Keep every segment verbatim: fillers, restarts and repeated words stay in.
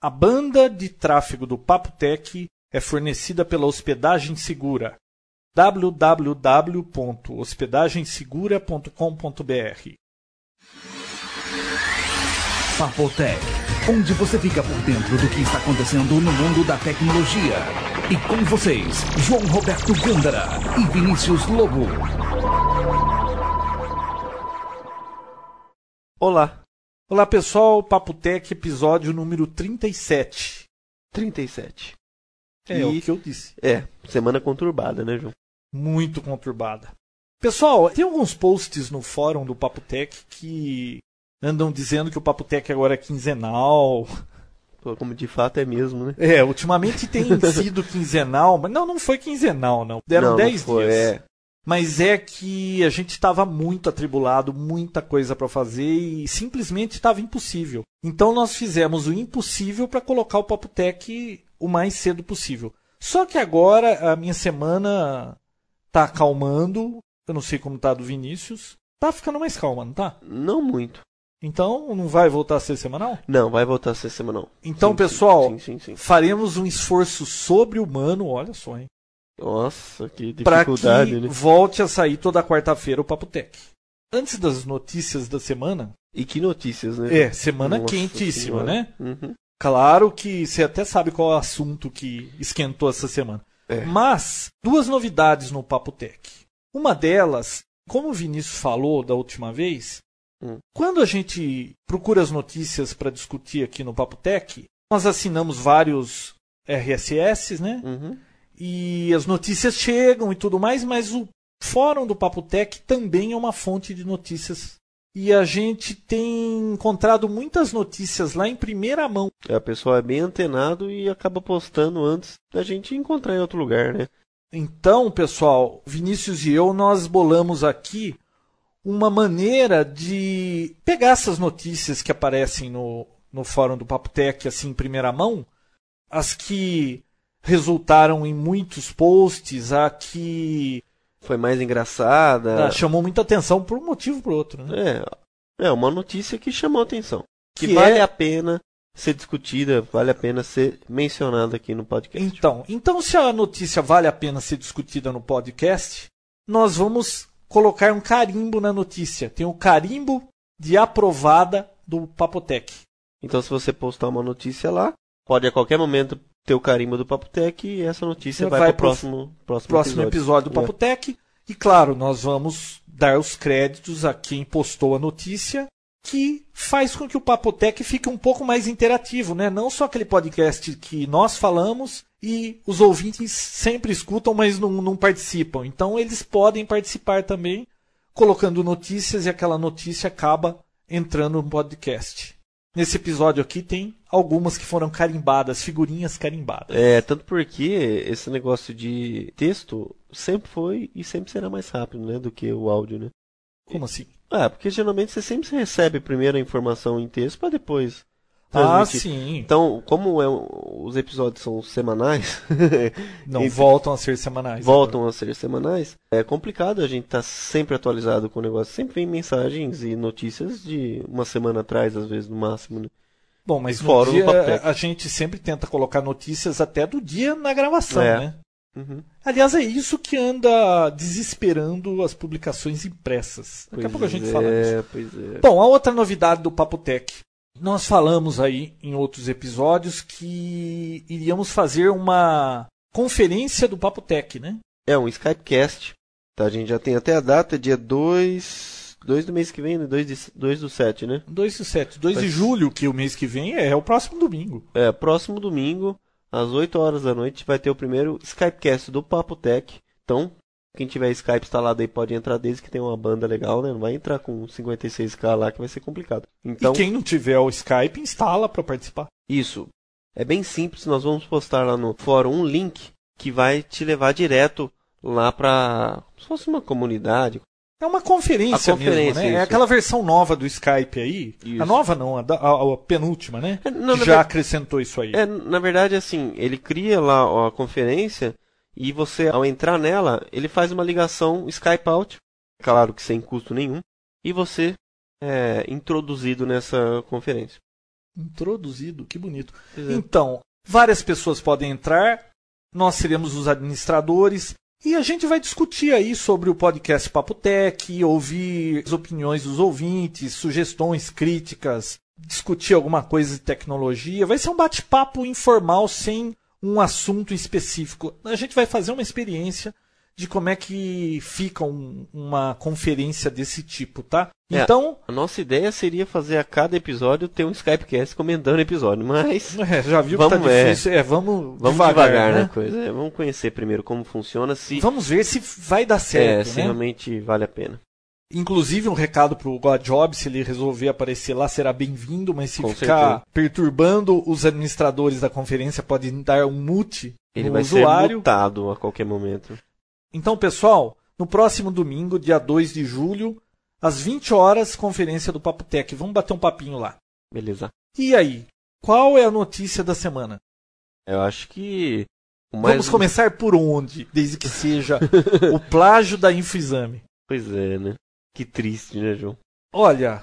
A banda de tráfego do Papotec é fornecida pela Hospedagem Segura. w w w ponto hospedagem segura ponto com ponto b r. Papotec, onde você fica por dentro do que está acontecendo no mundo da tecnologia. E com vocês, João Roberto Gândara e Vinícius Lobo. Olá. Olá pessoal, Papotec, episódio número trinta e sete. trinta e sete. É, e... o que eu disse. É, semana conturbada, né, João? Muito conturbada. Pessoal, tem alguns posts no fórum do Papotec que andam dizendo que o Papotec agora é quinzenal. Pô, como de fato é mesmo, né? É, ultimamente tem sido quinzenal, mas não, não foi quinzenal, não. Deram dez dias. É. Mas é que a gente estava muito atribulado, muita coisa para fazer e simplesmente estava impossível. Então nós fizemos o impossível para colocar o Papotec o mais cedo possível. Só que agora a minha semana tá acalmando. Eu não sei como tá a do Vinícius. Tá ficando mais calma, não tá? Não muito. Então não vai voltar a ser semanal? Não, vai voltar a ser semanal. Então, sim, pessoal, sim, sim, sim. faremos um esforço sobre-humano, olha só, hein? Nossa, que dificuldade, pra que né? volte a sair toda quarta-feira o Papotec. Antes das notícias da semana... E que notícias, né? É, semana Nossa quentíssima, senhora. né? Uhum. Claro que você até sabe qual é o assunto que esquentou essa semana. É. Mas, duas novidades no Papotec. Uma delas, como o Vinícius falou da última vez, hum. quando a gente procura as notícias para discutir aqui no Papotec, nós assinamos vários R S S, né? Uhum. E as notícias chegam e tudo mais, mas o fórum do Papotec também é uma fonte de notícias. E a gente tem encontrado muitas notícias lá em primeira mão. A pessoa é bem antenado e acaba postando antes da gente encontrar em outro lugar, né? Então, pessoal, Vinícius e eu, nós bolamos aqui uma maneira de pegar essas notícias que aparecem no, no fórum do Papotec, assim, em primeira mão, as que resultaram em muitos posts, a que foi mais engraçada. Ah, chamou muita atenção por um motivo ou por outro, né? É, é uma notícia que chamou atenção. Que, que vale é... a pena ser discutida, vale a pena ser mencionada aqui no podcast. Então, então, se a notícia vale a pena ser discutida no podcast, nós vamos colocar um carimbo na notícia. Tem o carimbo de aprovada do Papotec. Então, se você postar uma notícia lá, pode a qualquer momento ter o carimbo do Papotec e essa notícia vai, vai para o próximo, próximo, próximo episódio. episódio do Papotec. É. E claro, nós vamos dar os créditos a quem postou a notícia, que faz com que o Papotec fique um pouco mais interativo, né? Não só aquele podcast que nós falamos e os ouvintes sempre escutam, mas não, não participam. Então eles podem participar também, colocando notícias, e aquela notícia acaba entrando no podcast. Nesse episódio aqui tem algumas que foram carimbadas, figurinhas carimbadas. É, tanto porque esse negócio de texto sempre foi e sempre será mais rápido, né, do que o áudio, né? Como assim? Ah, porque geralmente você sempre recebe primeiro a informação em texto para depois transmitir. Ah, sim. Então, como é, os episódios são semanais... Não, então, voltam a ser semanais. Voltam agora. a ser semanais. É complicado a gente estar tá sempre atualizado com o negócio. Sempre vem mensagens e notícias de uma semana atrás, às vezes, no máximo, né? Bom, mas no Fora dia a gente sempre tenta colocar notícias até do dia na gravação, é. né? Uhum. Aliás, é isso que anda desesperando as publicações impressas. Daqui pois a pouco a gente é, fala disso. Pois é. Bom, a outra novidade do Papotec. Nós falamos aí em outros episódios que iríamos fazer uma conferência do Papotec, né? É, um Skypecast. Tá, a gente já tem até a data, dia dois, dois do mês que vem, né? dois do sete, né? dois do sete. dois Mas... de julho, que o mês que vem é, é o próximo domingo. É, próximo domingo, às oito horas da noite, vai ter o primeiro Skypecast do Papotec. Então, quem tiver Skype instalado aí pode entrar desde que tem uma banda legal, né? Não vai entrar com cinquenta e seis K lá que vai ser complicado. Então, e quem não tiver o Skype, instala para participar. Isso. É bem simples, nós vamos postar lá no fórum um link que vai te levar direto lá para... se fosse uma comunidade. É uma conferência, a conferência mesmo, né? isso. É aquela versão nova do Skype aí. Isso. A nova não, a, da, a, a penúltima, né? É, não, que já ver... acrescentou isso aí. É, na verdade, assim, ele cria lá a conferência... E você, ao entrar nela, ele faz uma ligação Skype out, claro que sem custo nenhum, e você é introduzido nessa conferência. Introduzido, que bonito. É. Então, várias pessoas podem entrar, nós seremos os administradores e a gente vai discutir aí sobre o podcast Papo Tech, ouvir as opiniões dos ouvintes, sugestões, críticas, discutir alguma coisa de tecnologia. Vai ser um bate-papo informal sem um assunto específico. A gente vai fazer uma experiência de como é que fica um, uma conferência desse tipo, tá? É, Então... a nossa ideia seria fazer a cada episódio ter um Skypecast comentando o episódio, mas... É, já viu vamos, que tá difícil. É, é vamos, vamos devagar, devagar né? na coisa. É, vamos conhecer primeiro como funciona, se... Vamos ver se vai dar é, certo, se né? realmente vale a pena. Inclusive um recado pro God Job, se ele resolver aparecer lá, será bem-vindo, mas se Com ficar certeza. perturbando os administradores da conferência, pode dar um mute Ele no vai usuário. ser mutado a qualquer momento. Então, pessoal, no próximo domingo, dia dois de julho, às vinte horas, conferência do Papo Tech. Vamos bater um papinho lá. Beleza. E aí, qual é a notícia da semana? Eu acho que... o mais... Vamos começar por onde, desde que seja o plágio da Infoexame? Pois é, né? Que triste, né, João? Olha,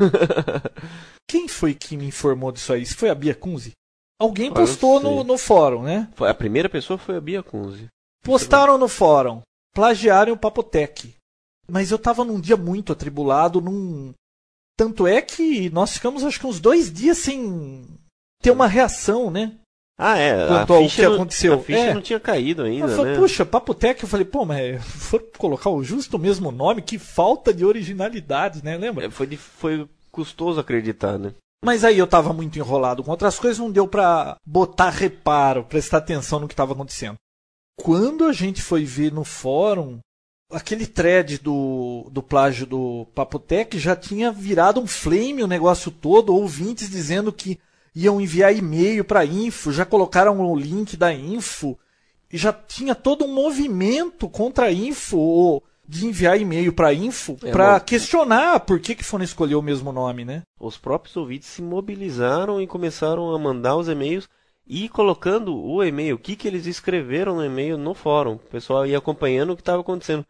quem foi que me informou disso aí? Isso foi a Bia Kunze? Alguém Ah, eu postou sei. no, no fórum, né? Foi- A primeira pessoa foi a Bia Kunze. Postaram no fórum, plagiaram o Papo Tech. Mas eu tava num dia muito atribulado, num... Tanto é que nós ficamos acho que uns dois dias sem ter uma reação, né? Ah, é. Quanto a ao ficha que não, aconteceu. A ficha É. não tinha caído ainda, Eu falei, né? puxa, Papo Tech, eu falei, pô, mas foram colocar o justo mesmo nome, que falta de originalidade, né? Lembra? É, Foi, de- foi custoso acreditar, né? Mas aí eu tava muito enrolado com outras coisas, não deu pra botar reparo, prestar atenção no que tava acontecendo. Quando a gente foi ver no fórum, aquele thread do, do plágio do Papo Tech já tinha virado um flame o negócio todo, ouvintes dizendo que iam enviar e-mail pra info, já colocaram o link da info, e já tinha todo um movimento contra a info, ou de enviar e-mail pra info, É, pra mas- questionar por que que foram escolher o mesmo nome, né? Os próprios ouvintes se mobilizaram e começaram a mandar os e-mails e colocando o e-mail, o que, que eles escreveram no e-mail no fórum. O pessoal ia acompanhando o que estava acontecendo.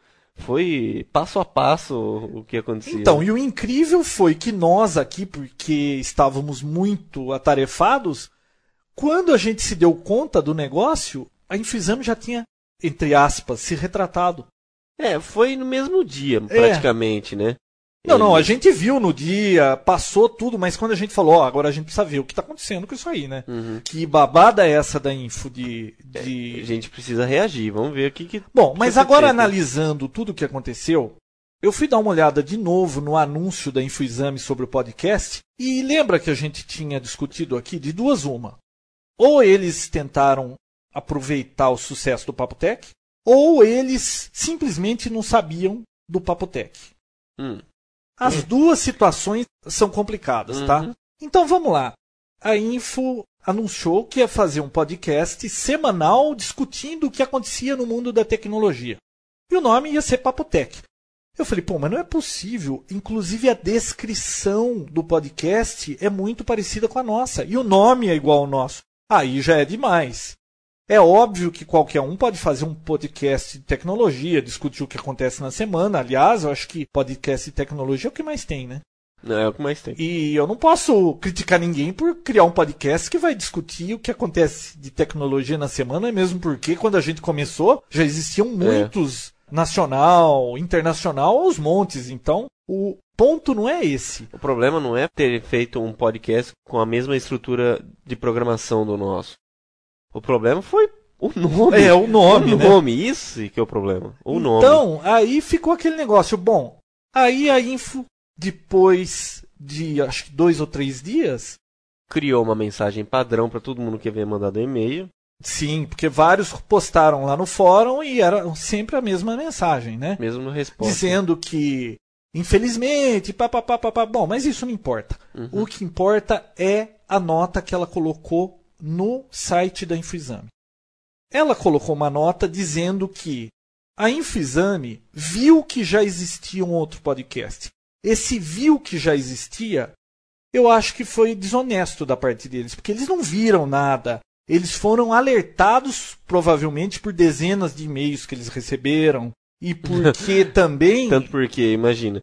Foi passo a passo o que acontecia. Então, e o incrível foi que nós aqui, porque estávamos muito atarefados, quando a gente se deu conta do negócio, a Infoexame já tinha, entre aspas, se retratado. É, foi no mesmo dia, praticamente, né? Não, não, a Eles- gente viu no dia, passou tudo, mas quando a gente falou, ó, agora a gente precisa ver o que está acontecendo com isso aí, né? Uhum. Que babada é essa da Info de... de... A gente precisa reagir, vamos ver o que que... Bom, mas ser agora feito. analisando tudo o que aconteceu, eu fui dar uma olhada de novo no anúncio da Infoexame sobre o podcast e lembra que a gente tinha discutido aqui de duas uma. Ou eles tentaram aproveitar o sucesso do Papo Tech, ou eles simplesmente não sabiam do Papo Tech. Hum. As duas situações são complicadas, tá? Uhum. Então vamos lá. A Info anunciou que ia fazer um podcast semanal discutindo o que acontecia no mundo da tecnologia. E o nome ia ser Papo Tech. Eu falei, pô, mas não é possível. Inclusive a descrição do podcast é muito parecida com a nossa. E o nome é igual ao nosso. Aí já é demais. É óbvio que qualquer um pode fazer um podcast de tecnologia, discutir o que acontece na semana. Aliás, eu acho que podcast de tecnologia é o que mais tem, né? Não, é o que mais tem. E eu não posso criticar ninguém por criar um podcast que vai discutir o que acontece de tecnologia na semana, mesmo porque quando a gente começou já existiam muitos nacional, internacional, aos montes. Então, o ponto não é esse. O problema não é ter feito um podcast com a mesma estrutura de programação do nosso. O problema foi o nome. É, o nome, o né? nome, isso que é o problema. O nome. Então, aí ficou aquele negócio. Bom, aí a Info, depois de acho que dois ou três dias, Criou uma mensagem padrão para todo mundo que havia mandado e-mail. sim, porque vários postaram lá no fórum e era sempre a mesma mensagem, né? Mesmo resposta. Dizendo que, infelizmente, papapá, papá. Bom, mas isso não importa. Uhum. O que importa é a nota que ela colocou no site da Infoexame. Ela colocou uma nota dizendo que a Infoexame viu que já existia um outro podcast. Esse viu que já existia, eu acho que foi desonesto da parte deles, porque eles não viram nada. Eles foram alertados, provavelmente, por dezenas de e-mails que eles receberam. E porque também... Tanto porque, imagina,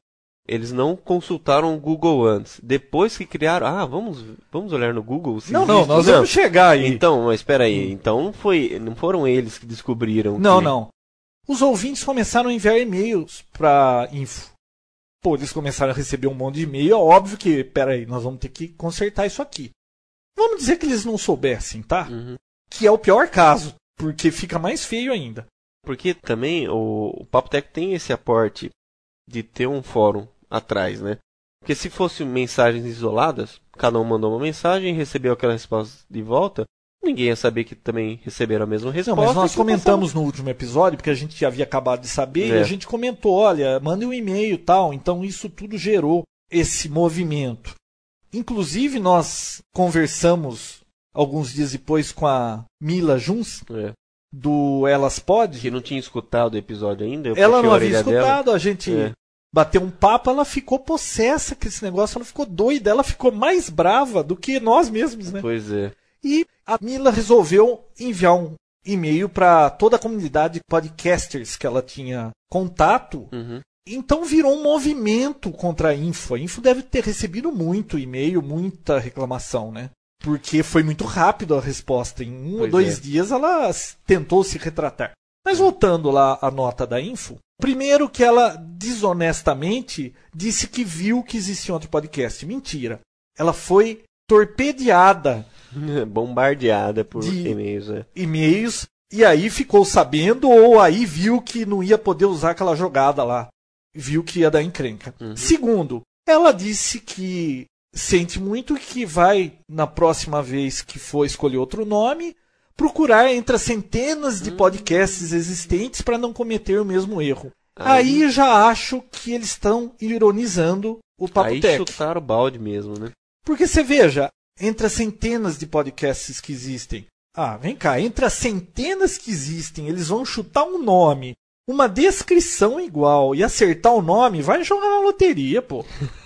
eles não consultaram o Google antes. Depois que criaram... Ah, vamos, vamos olhar no Google? Se não, existe. não, nós não. vamos chegar aí. Então, mas espera aí. Então não, foi, não foram eles que descobriram Não, que... não. Os ouvintes começaram a enviar e-mails para info. Pô, eles começaram a receber um monte de e-mail. É óbvio que, peraí, nós vamos ter que consertar isso aqui. Vamos dizer que eles não soubessem, tá? Uhum. Que é o pior caso, porque fica mais feio ainda. Porque também o, o Papotec tem esse aporte de ter um fórum atrás, né? Porque se fossem mensagens isoladas, cada um mandou uma mensagem e recebeu aquela resposta de volta, ninguém ia saber que também receberam a mesma resposta. Não, mas nós comentamos no último episódio, porque a gente já havia acabado de saber, é. e a gente comentou, olha, manda um e-mail e tal. Então isso tudo gerou esse movimento. Inclusive nós conversamos alguns dias depois com a Mila Juns, É. do Elas Pod. Que não tinha escutado o episódio ainda. Eu Ela puxei não a havia orelha escutado, dela. a gente É. bateu um papo, ela ficou possessa com esse negócio, ela ficou doida, ela ficou mais brava do que nós mesmos, né? Pois é. E a Mila resolveu enviar um e-mail para toda a comunidade de podcasters que ela tinha contato. Uhum. Então virou um movimento contra a Info. A Info deve ter recebido muito e-mail, muita reclamação, né? Porque foi muito rápido a resposta. Em um Pois ou dois é. dias ela tentou se retratar. Mas voltando lá à nota da Info, primeiro que ela desonestamente disse que viu que existia outro podcast. Mentira. Ela foi torpedeada Bombardeada por De- e-mails, é. e-mails e aí ficou sabendo ou aí viu que não ia poder usar aquela jogada lá. Viu que ia dar encrenca. Uhum. Segundo, ela disse que sente muito e que vai, na próxima vez que for escolher outro nome, procurar entre as centenas de podcasts existentes para não cometer o mesmo erro. Aí, Aí- já acho que eles estão ironizando o Aí Papotec. chutaram o balde mesmo, né? Porque você veja, entre as centenas de podcasts que existem, ah, vem cá, entre as centenas que existem, eles vão chutar um nome, uma descrição igual e acertar o nome, vai jogar na loteria, pô.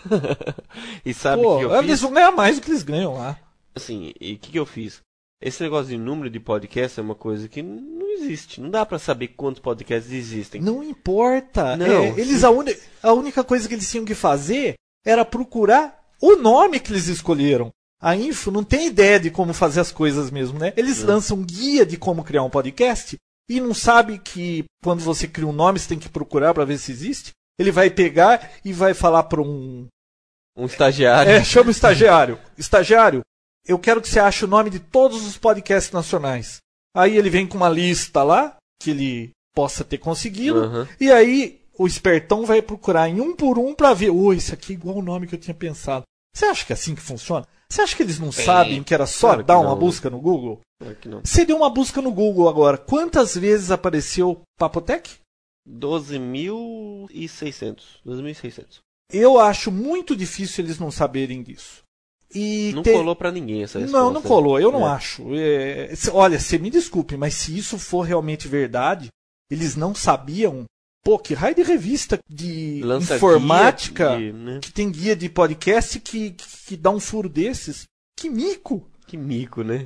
E sabe o Pô, que eu eles fiz? vão ganhar mais do que eles ganham lá. Assim, e o que, que eu fiz? Esse negócio de número de podcast é uma coisa que não existe. Não dá pra saber quantos podcasts existem. Não importa. Não. É, eles a, uni- a única coisa que eles tinham que fazer era procurar o nome que eles escolheram. A Info não tem ideia de como fazer as coisas mesmo, né? Eles Não. lançam um guia de como criar um podcast e não sabe que quando você cria um nome você tem que procurar para ver se existe. Ele vai pegar e vai falar para um... Um estagiário. É, chama o estagiário. Estagiário, eu quero que você ache o nome de todos os podcasts nacionais. Aí ele vem com uma lista lá, que ele possa ter conseguido. Aham. E aí o espertão vai procurar em um por um para ver. Oi, esse aqui é igual o nome que eu tinha pensado. Você acha que é assim que funciona? Você acha que eles não Bem, sabem que era só claro que dar não, uma né? busca no Google? Claro que não. Você deu uma busca no Google agora. Quantas vezes apareceu Papotec? doze mil e seiscentos. doze mil e seiscentos. Eu acho muito difícil eles não saberem disso. E Não te- colou pra ninguém essa resposta. Não, não colou. Eu não É. acho. É, se- olha, você me desculpe, mas se isso for realmente verdade, eles não sabiam. Pô, que raio de revista de Lança informática guia de, né? que tem guia de podcast que, que, que dá um furo desses? Que mico! Que mico, né?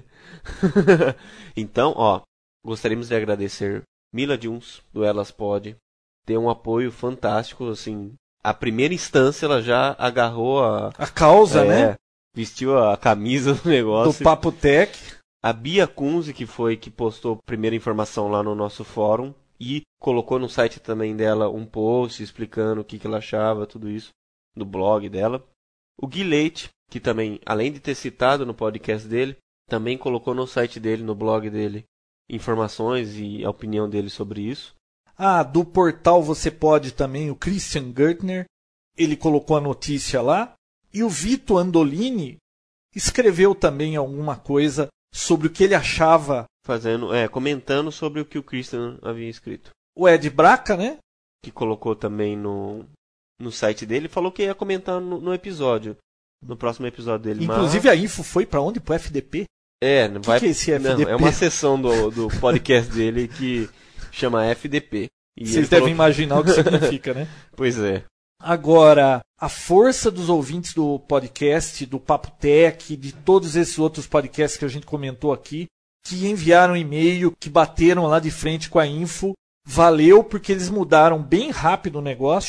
Então, ó, gostaríamos de agradecer Mila Juns, do Elas Pod. Tem um apoio fantástico, assim. A primeira instância ela já agarrou a... A causa, é, né? vestiu a camisa do Do negócio. Papotec. A Bia Kunze, que foi que postou a primeira informação lá no nosso fórum. E colocou no site também dela um post explicando o que, que ela achava, tudo isso. Do blog dela. O Gui Leite, que também, além de ter citado no podcast dele, também colocou no site dele, no blog dele, informações e a opinião dele sobre isso. Ah, do portal Você Pode também, o Christian Gertner. Ele colocou a notícia lá. E o Vito Andolini escreveu também alguma coisa sobre o que ele achava. Fazendo, é, comentando sobre o que o Christian havia escrito. O Ed Braca, né? Que colocou também no, no site dele, falou que ia comentar no, no episódio. No próximo episódio dele. Inclusive a info foi pra onde? Pro F D P? É, não vai. que é esse F D P? Não, é uma seção do, do podcast dele que chama F D P. E ele Vocês falou devem que- imaginar o que significa, né? Pois é. Agora, a força dos ouvintes do podcast, do Papotec, de todos esses outros podcasts que a gente comentou aqui, que enviaram e-mail, que bateram lá de frente com a info, valeu porque eles mudaram bem rápido o negócio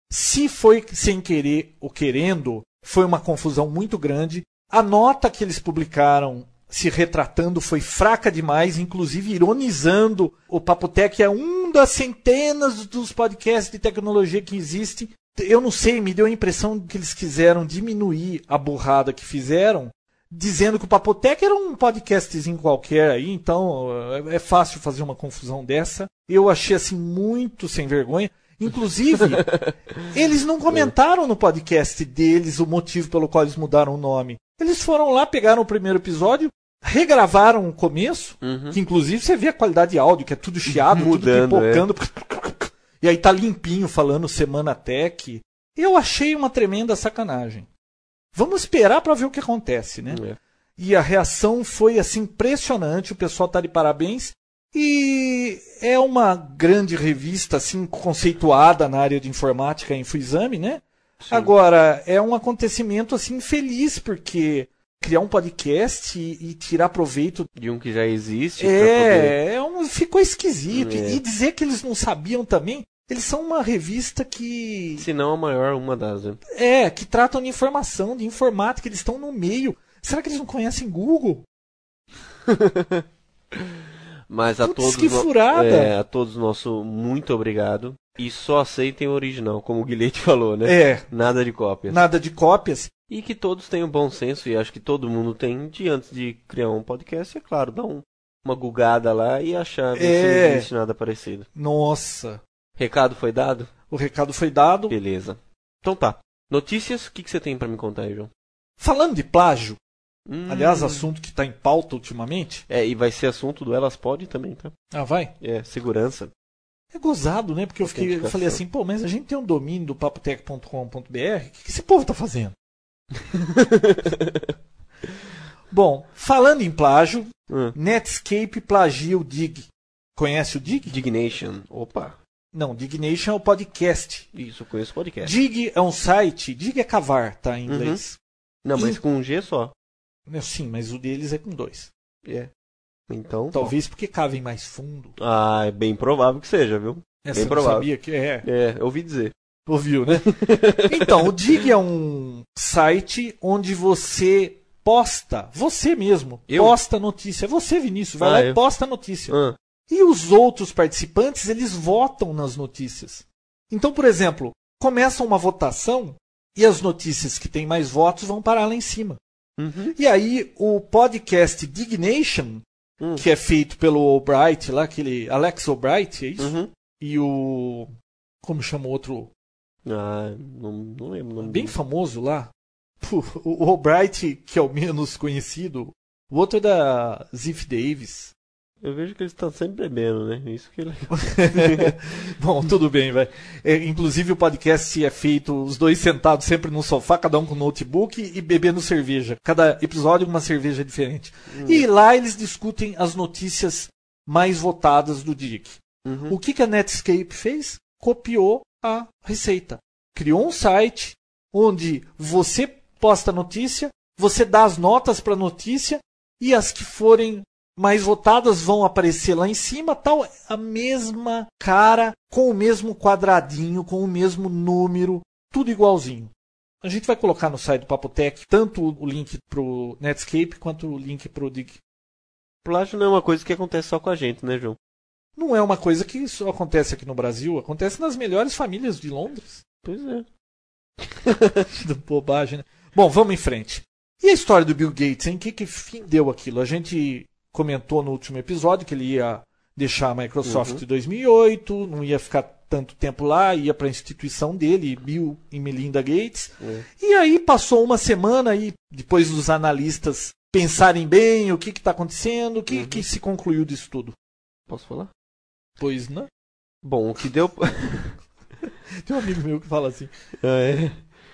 Se foi sem querer ou querendo, foi uma confusão muito grande. A nota que eles publicaram se retratando foi fraca demais, inclusive ironizando o Papotec é um das centenas dos podcasts de tecnologia que existe. Eu não sei, me deu a impressão que eles quiseram diminuir a burrada que fizeram, dizendo que o Papotec era um podcastzinho qualquer aí, então é fácil fazer uma confusão dessa. Eu achei assim muito sem vergonha. Inclusive, eles não comentaram no podcast deles o motivo pelo qual eles mudaram o nome. Eles foram lá, pegaram o primeiro episódio, regravaram o começo, uhum. que inclusive você vê a qualidade de áudio, que é tudo chiado, mudando, tudo pipocando. É. E aí tá limpinho falando Semana Tech. Eu achei uma tremenda sacanagem. Vamos esperar para ver o que acontece, né? É. E a reação foi assim impressionante, o pessoal tá de parabéns. E é uma grande revista assim conceituada na área de informática e InfoExame, né? Sim. Agora, é um acontecimento assim feliz, porque criar um podcast e, e tirar proveito de um que já existe. É, poder... é um, ficou esquisito. É. E dizer que eles não sabiam também, eles são uma revista que... Se não a maior, uma das. Né? É, que tratam de informação, de informática, eles estão no meio. Será que eles não conhecem Google? Mas a Putz, todos, que furada. É, a todos nosso muito obrigado. E só aceitem o original, como o Guilherme falou, né? É. Nada de cópias. Nada de cópias. E que todos tenham bom senso, e acho que todo mundo tem, de antes de criar um podcast, é claro, dar um, uma gugada lá e achar ver é. se não existe nada parecido. Nossa. Recado foi dado? O recado foi dado. Beleza. Então tá. Notícias, o que, que você tem pra me contar aí, João? Falando de plágio, Hum. aliás, assunto que está em pauta ultimamente. É, e vai ser assunto do Elas Pode também, tá? Ah, vai? É, segurança. É gozado, né? Porque eu, fiquei, eu falei assim, pô, mas a gente tem um domínio do papotec ponto com ponto b r, o que, que esse povo tá fazendo? Bom, falando em plágio, hum. Netscape plagia o Dig. Conhece o Dig? Dignation. Opa. Não, Dignation é o podcast. Isso, eu conheço o podcast. Dig é um site, Dig é cavar, tá, em inglês. Uhum. Não, mas e... com um G só. Sim, mas o deles é com dois. É. Então. Talvez porque cavem mais fundo. Ah, é bem provável que seja, viu? Essa bem provável. Sabia que é. É, eu ouvi dizer. Ouviu, né? Então, o Dig é um site onde você posta, você mesmo, eu? posta notícia. Você, Vinícius, vai ah, lá eu? e posta notícia. Ah. E os outros participantes, eles votam nas notícias. Então, por exemplo, começa uma votação e as notícias que têm mais votos vão parar lá em cima. Uhum. E aí o podcast Dignation, uhum. que é feito pelo Albright, lá, aquele Alex Albright, é isso? Uhum. E o... como chama o outro? Ah, não, não lembro. Não Bem lembro. Famoso lá. Pô, o Albright, que é o menos conhecido. O outro é da Ziff Davis. Eu vejo que eles estão sempre bebendo, né? Isso que é legal. Bom, tudo bem, vai. É, inclusive o podcast é feito os dois sentados sempre no sofá, cada um com notebook e bebendo cerveja. Cada episódio uma cerveja diferente. Hum. E lá eles discutem as notícias mais votadas do Dig. Uhum. O que, que a Netscape fez? Copiou a receita. Criou um site onde você posta a notícia, você dá as notas para a notícia e as que forem mais votadas vão aparecer lá em cima, tal, a mesma cara, com o mesmo quadradinho, com o mesmo número, tudo igualzinho. A gente vai colocar no site do Papotec tanto o link pro Netscape quanto o link pro Dig. Plágio não é uma coisa que acontece só com a gente, né, João? Não é uma coisa que só acontece aqui no Brasil, acontece nas melhores famílias de Londres. Pois é. Bobagem, né? Bom, vamos em frente. E a história do Bill Gates, hein? Que, que fim deu aquilo? A gente comentou no último episódio que ele ia deixar a Microsoft em uhum. dois mil e oito, não ia ficar tanto tempo lá, ia para a instituição dele, Bill e Melinda Gates. Uhum. E aí passou uma semana e depois dos analistas pensarem bem o que está acontecendo, o que, uhum. que se concluiu disso tudo. Posso falar? Pois não. Bom, o que deu... Tem um amigo meu que fala assim. Ah, é?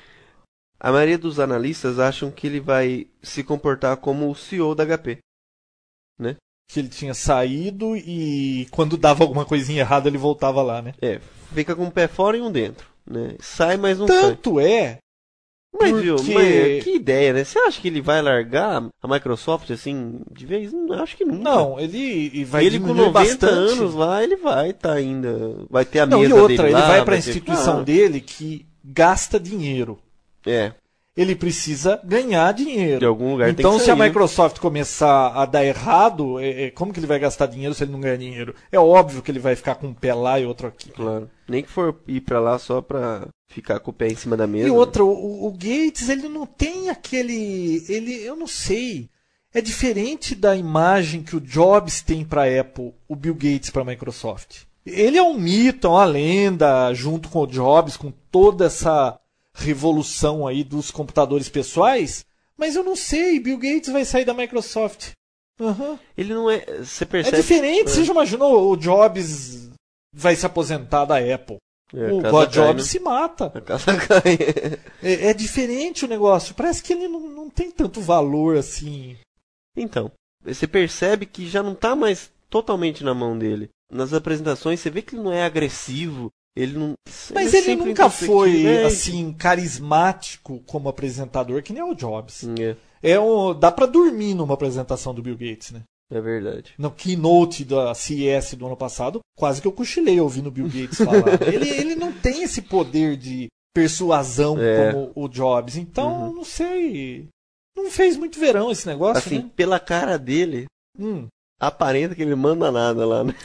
A maioria dos analistas acham que ele vai se comportar como o C E O da H P. Né? Que ele tinha saído e quando dava alguma coisinha errada ele voltava lá, né? É, fica com um pé fora e um dentro, né? Sai, mas não Tanto sai. é. Mas, porque... viu, mas, que ideia, né? Você acha que ele vai largar a Microsoft assim de vez? Não, acho que nunca. Não, ele vai ele com noventa anos lá, ele vai estar tá ainda, vai ter a não, mesa e outra, dele ele lá, vai para a ter... instituição ah. dele que gasta dinheiro. É. Ele precisa ganhar dinheiro. De algum lugar tem Então, que se sair, a Microsoft começar a dar errado, é, é, como que ele vai gastar dinheiro se ele não ganhar dinheiro? É óbvio que ele vai ficar com um pé lá e outro aqui. Claro. Nem que for ir pra lá só pra ficar com o pé em cima da mesa. E outra, o, o Gates, ele não tem aquele... ele, eu não sei. É diferente da imagem que o Jobs tem pra Apple, o Bill Gates pra Microsoft. Ele é um mito, é uma lenda, junto com o Jobs, com toda essa revolução aí dos computadores pessoais, mas eu não sei, Bill Gates vai sair da Microsoft. Uhum. Ele não é... Você percebe... É diferente, é. você já imaginou o Jobs vai se aposentar da Apple? É, o a casa God cai, Jobs né? se mata. A casa cai. É, é diferente o negócio, parece que ele não, não tem tanto valor assim. Então, você percebe que já não tá mais totalmente na mão dele. Nas apresentações, você vê que ele não é agressivo. Ele não. Mas é ele sempre nunca foi introspectivo, né? assim carismático como apresentador que nem o Jobs. É, É um, dá pra dormir numa apresentação do Bill Gates, né? é verdade. No keynote da C E S do ano passado, quase que eu cochilei ouvindo o Bill Gates falar. ele, ele não tem esse poder de persuasão É. como o Jobs. Então, Uhum. não sei. Não fez muito verão esse negócio, Assim, né? pela cara dele, Hum. aparenta que ele manda nada lá, né?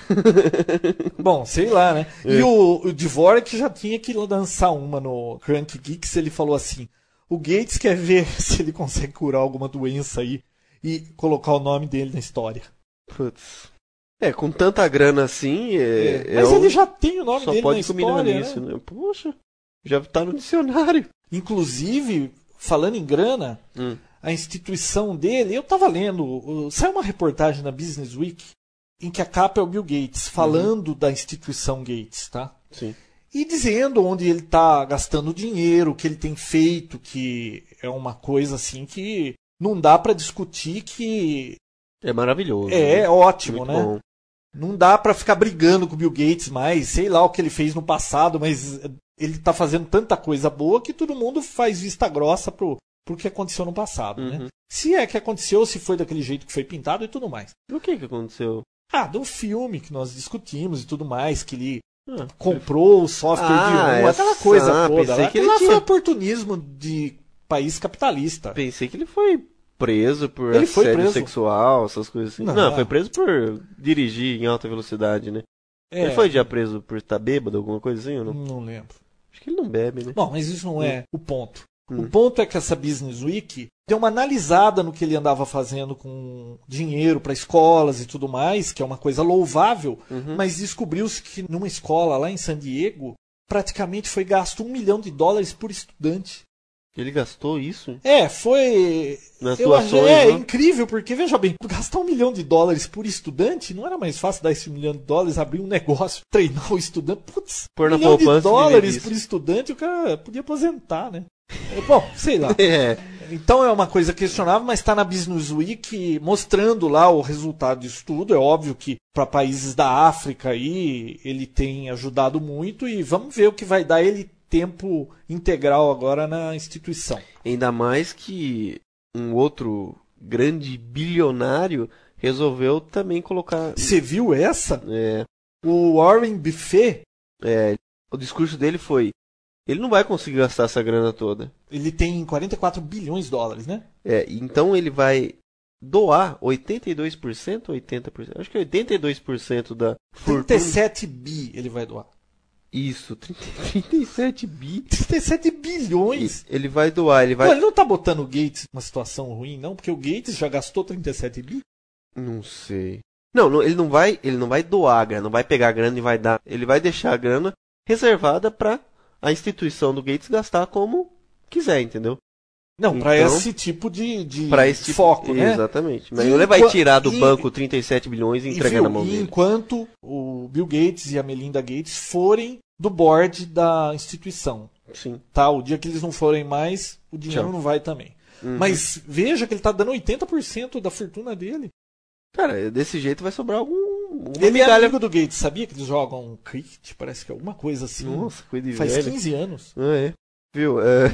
Bom, sei lá, né? É. E o, o Dvorak já tinha que lançar uma no Crank Geeks. Ele falou assim: o Gates quer ver se ele consegue curar alguma doença aí e colocar o nome dele na história. Putz. É, com tanta grana assim, é, é Mas um- ele já tem o nome só dele pode na combinar história, nisso, né? né? Poxa, já tá no dicionário. Inclusive, falando em grana, Hum. a instituição dele, eu tava lendo, uh, saiu uma reportagem na Business Week em que a capa é o Bill Gates, falando da instituição Gates, tá? Sim. E dizendo onde ele tá gastando dinheiro, o que ele tem feito, que é uma coisa assim que não dá pra discutir, que É maravilhoso. é, né? ótimo, Muito né? bom. Não dá pra ficar brigando com o Bill Gates mais, sei lá o que ele fez no passado, mas ele tá fazendo tanta coisa boa que todo mundo faz vista grossa pro, pro que aconteceu no passado, Uhum. né? Se é que aconteceu, se foi daquele jeito que foi pintado e tudo mais. O que que aconteceu? Ah, do filme que nós discutimos e tudo mais, que ele Ah, comprou o software Ah, de um, aquela essa- coisa ah, toda. pensei Lá, que ele lá tinha- foi oportunismo de país capitalista. Pensei que ele foi preso por Ele foi assédio preso. sexual, essas coisas assim. Não. Não, foi preso por dirigir em alta velocidade, né? É, Ele foi já preso por estar bêbado, alguma coisa assim ou não? Não lembro. Acho que ele não bebe, né? Bom, mas isso não é o ponto. Hum. O ponto é que essa Business Week deu uma analisada no que ele andava fazendo com dinheiro para escolas e tudo mais, que é uma coisa louvável, Uhum. mas descobriu-se que numa escola lá em San Diego, praticamente foi gasto um milhão de dólares por estudante. Ele gastou isso É, foi. nas Eu doações, achei, é né? incrível, porque veja bem, gastar um milhão de dólares por estudante, não era mais fácil dar esse milhão de dólares, abrir um negócio, treinar o estudante. Putz, Pôr um na milhão de poupança e viver dólares disso. por estudante, o cara podia aposentar, né? É, bom, sei lá. É. Então é uma coisa questionável, mas está na Business Week mostrando lá o resultado de estudo. É óbvio que para países da África aí ele tem ajudado muito e vamos ver o que vai dar ele tempo integral agora na instituição. Ainda mais que um outro grande bilionário resolveu também colocar. Você viu essa? É, O Warren Buffett, é, o discurso dele foi: ele não vai conseguir gastar essa grana toda. ele tem quarenta e quatro bilhões de dólares, né? É, então ele vai doar oitenta e dois por cento, oitenta por cento, acho que oitenta e dois por cento da fortuna. trinta e sete bi ele vai doar. Isso, trinta, trinta e sete bi. trinta e sete bilhões. E ele vai doar, ele vai. Pô, ele não tá botando o Gates numa situação ruim, não? Porque o Gates já gastou trinta e sete bi. Não sei. Não, não, ele não vai, ele não vai doar a grana, não vai pegar a grana e vai dar. Ele vai deixar a grana reservada para a instituição do Gates gastar como quiser, entendeu? Não, para Então, esse tipo de, de Para esse tipo- foco, né? Exatamente. Mas E ele vai enqua- tirar do e- banco trinta e sete bilhões e E, entregar viu, na mão e dele. enquanto o Bill Gates e a Melinda Gates forem do board da instituição, Sim. tá? O dia que eles não forem mais, o dinheiro Tchau. não vai também. Uhum. Mas veja que ele tá dando oitenta por cento da fortuna dele. Cara, desse jeito vai sobrar algum. Uma Ele é migalha. amigo do Gates, sabia que eles jogam cricket? Parece que é alguma coisa assim. Nossa, coisa de Faz velho. quinze anos. Ah, é. Viu? É...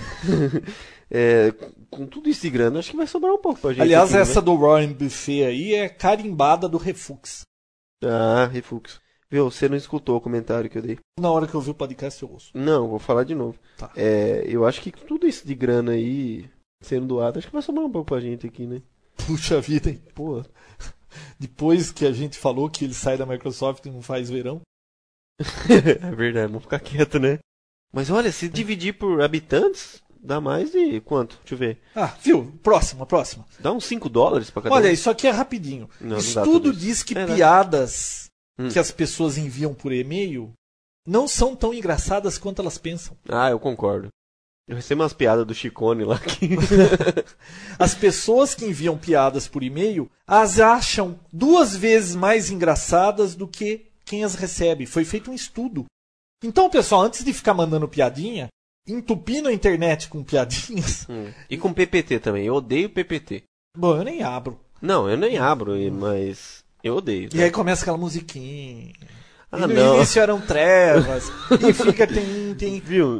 é, com tudo isso de grana, acho que vai sobrar um pouco pra gente. Aliás, aqui, essa né? do Warren Buffett aí é carimbada do Refux. Ah, refluxo. Viu, você não escutou o comentário que eu dei. Na hora que eu vi o podcast eu ouço. Não, vou falar de novo. Tá. É, eu acho que tudo isso de grana aí sendo doado, acho que vai sobrar um pouco pra gente aqui, né? Puxa vida, hein? Pô. Depois que a gente falou que ele sai da Microsoft e não faz verão. É verdade, vamos ficar quieto, né? Mas olha, se dividir por habitantes, dá mais de quanto? Deixa eu ver. Ah, viu? Próxima, próxima. Dá uns cinco dólares pra cada Olha, um? isso aqui é rapidinho. Não, não dá Estudo tudo isso. diz que É, né? piadas Hum. que as pessoas enviam por e-mail não são tão engraçadas quanto elas pensam. Ah, eu concordo. Eu recebo umas piadas do Chicone lá que... As pessoas que enviam piadas por e-mail as acham duas vezes mais engraçadas do que quem as recebe. Foi feito um estudo. Então, pessoal, antes de ficar mandando piadinha, entupindo a internet com piadinhas... Hum. E com P P T também, eu odeio P P T. Bom, eu nem abro. Não, eu nem abro, mas eu odeio. E aí começa aquela musiquinha. Ah, e no não. início eram trevas. E fica... Tem, tem... Viu?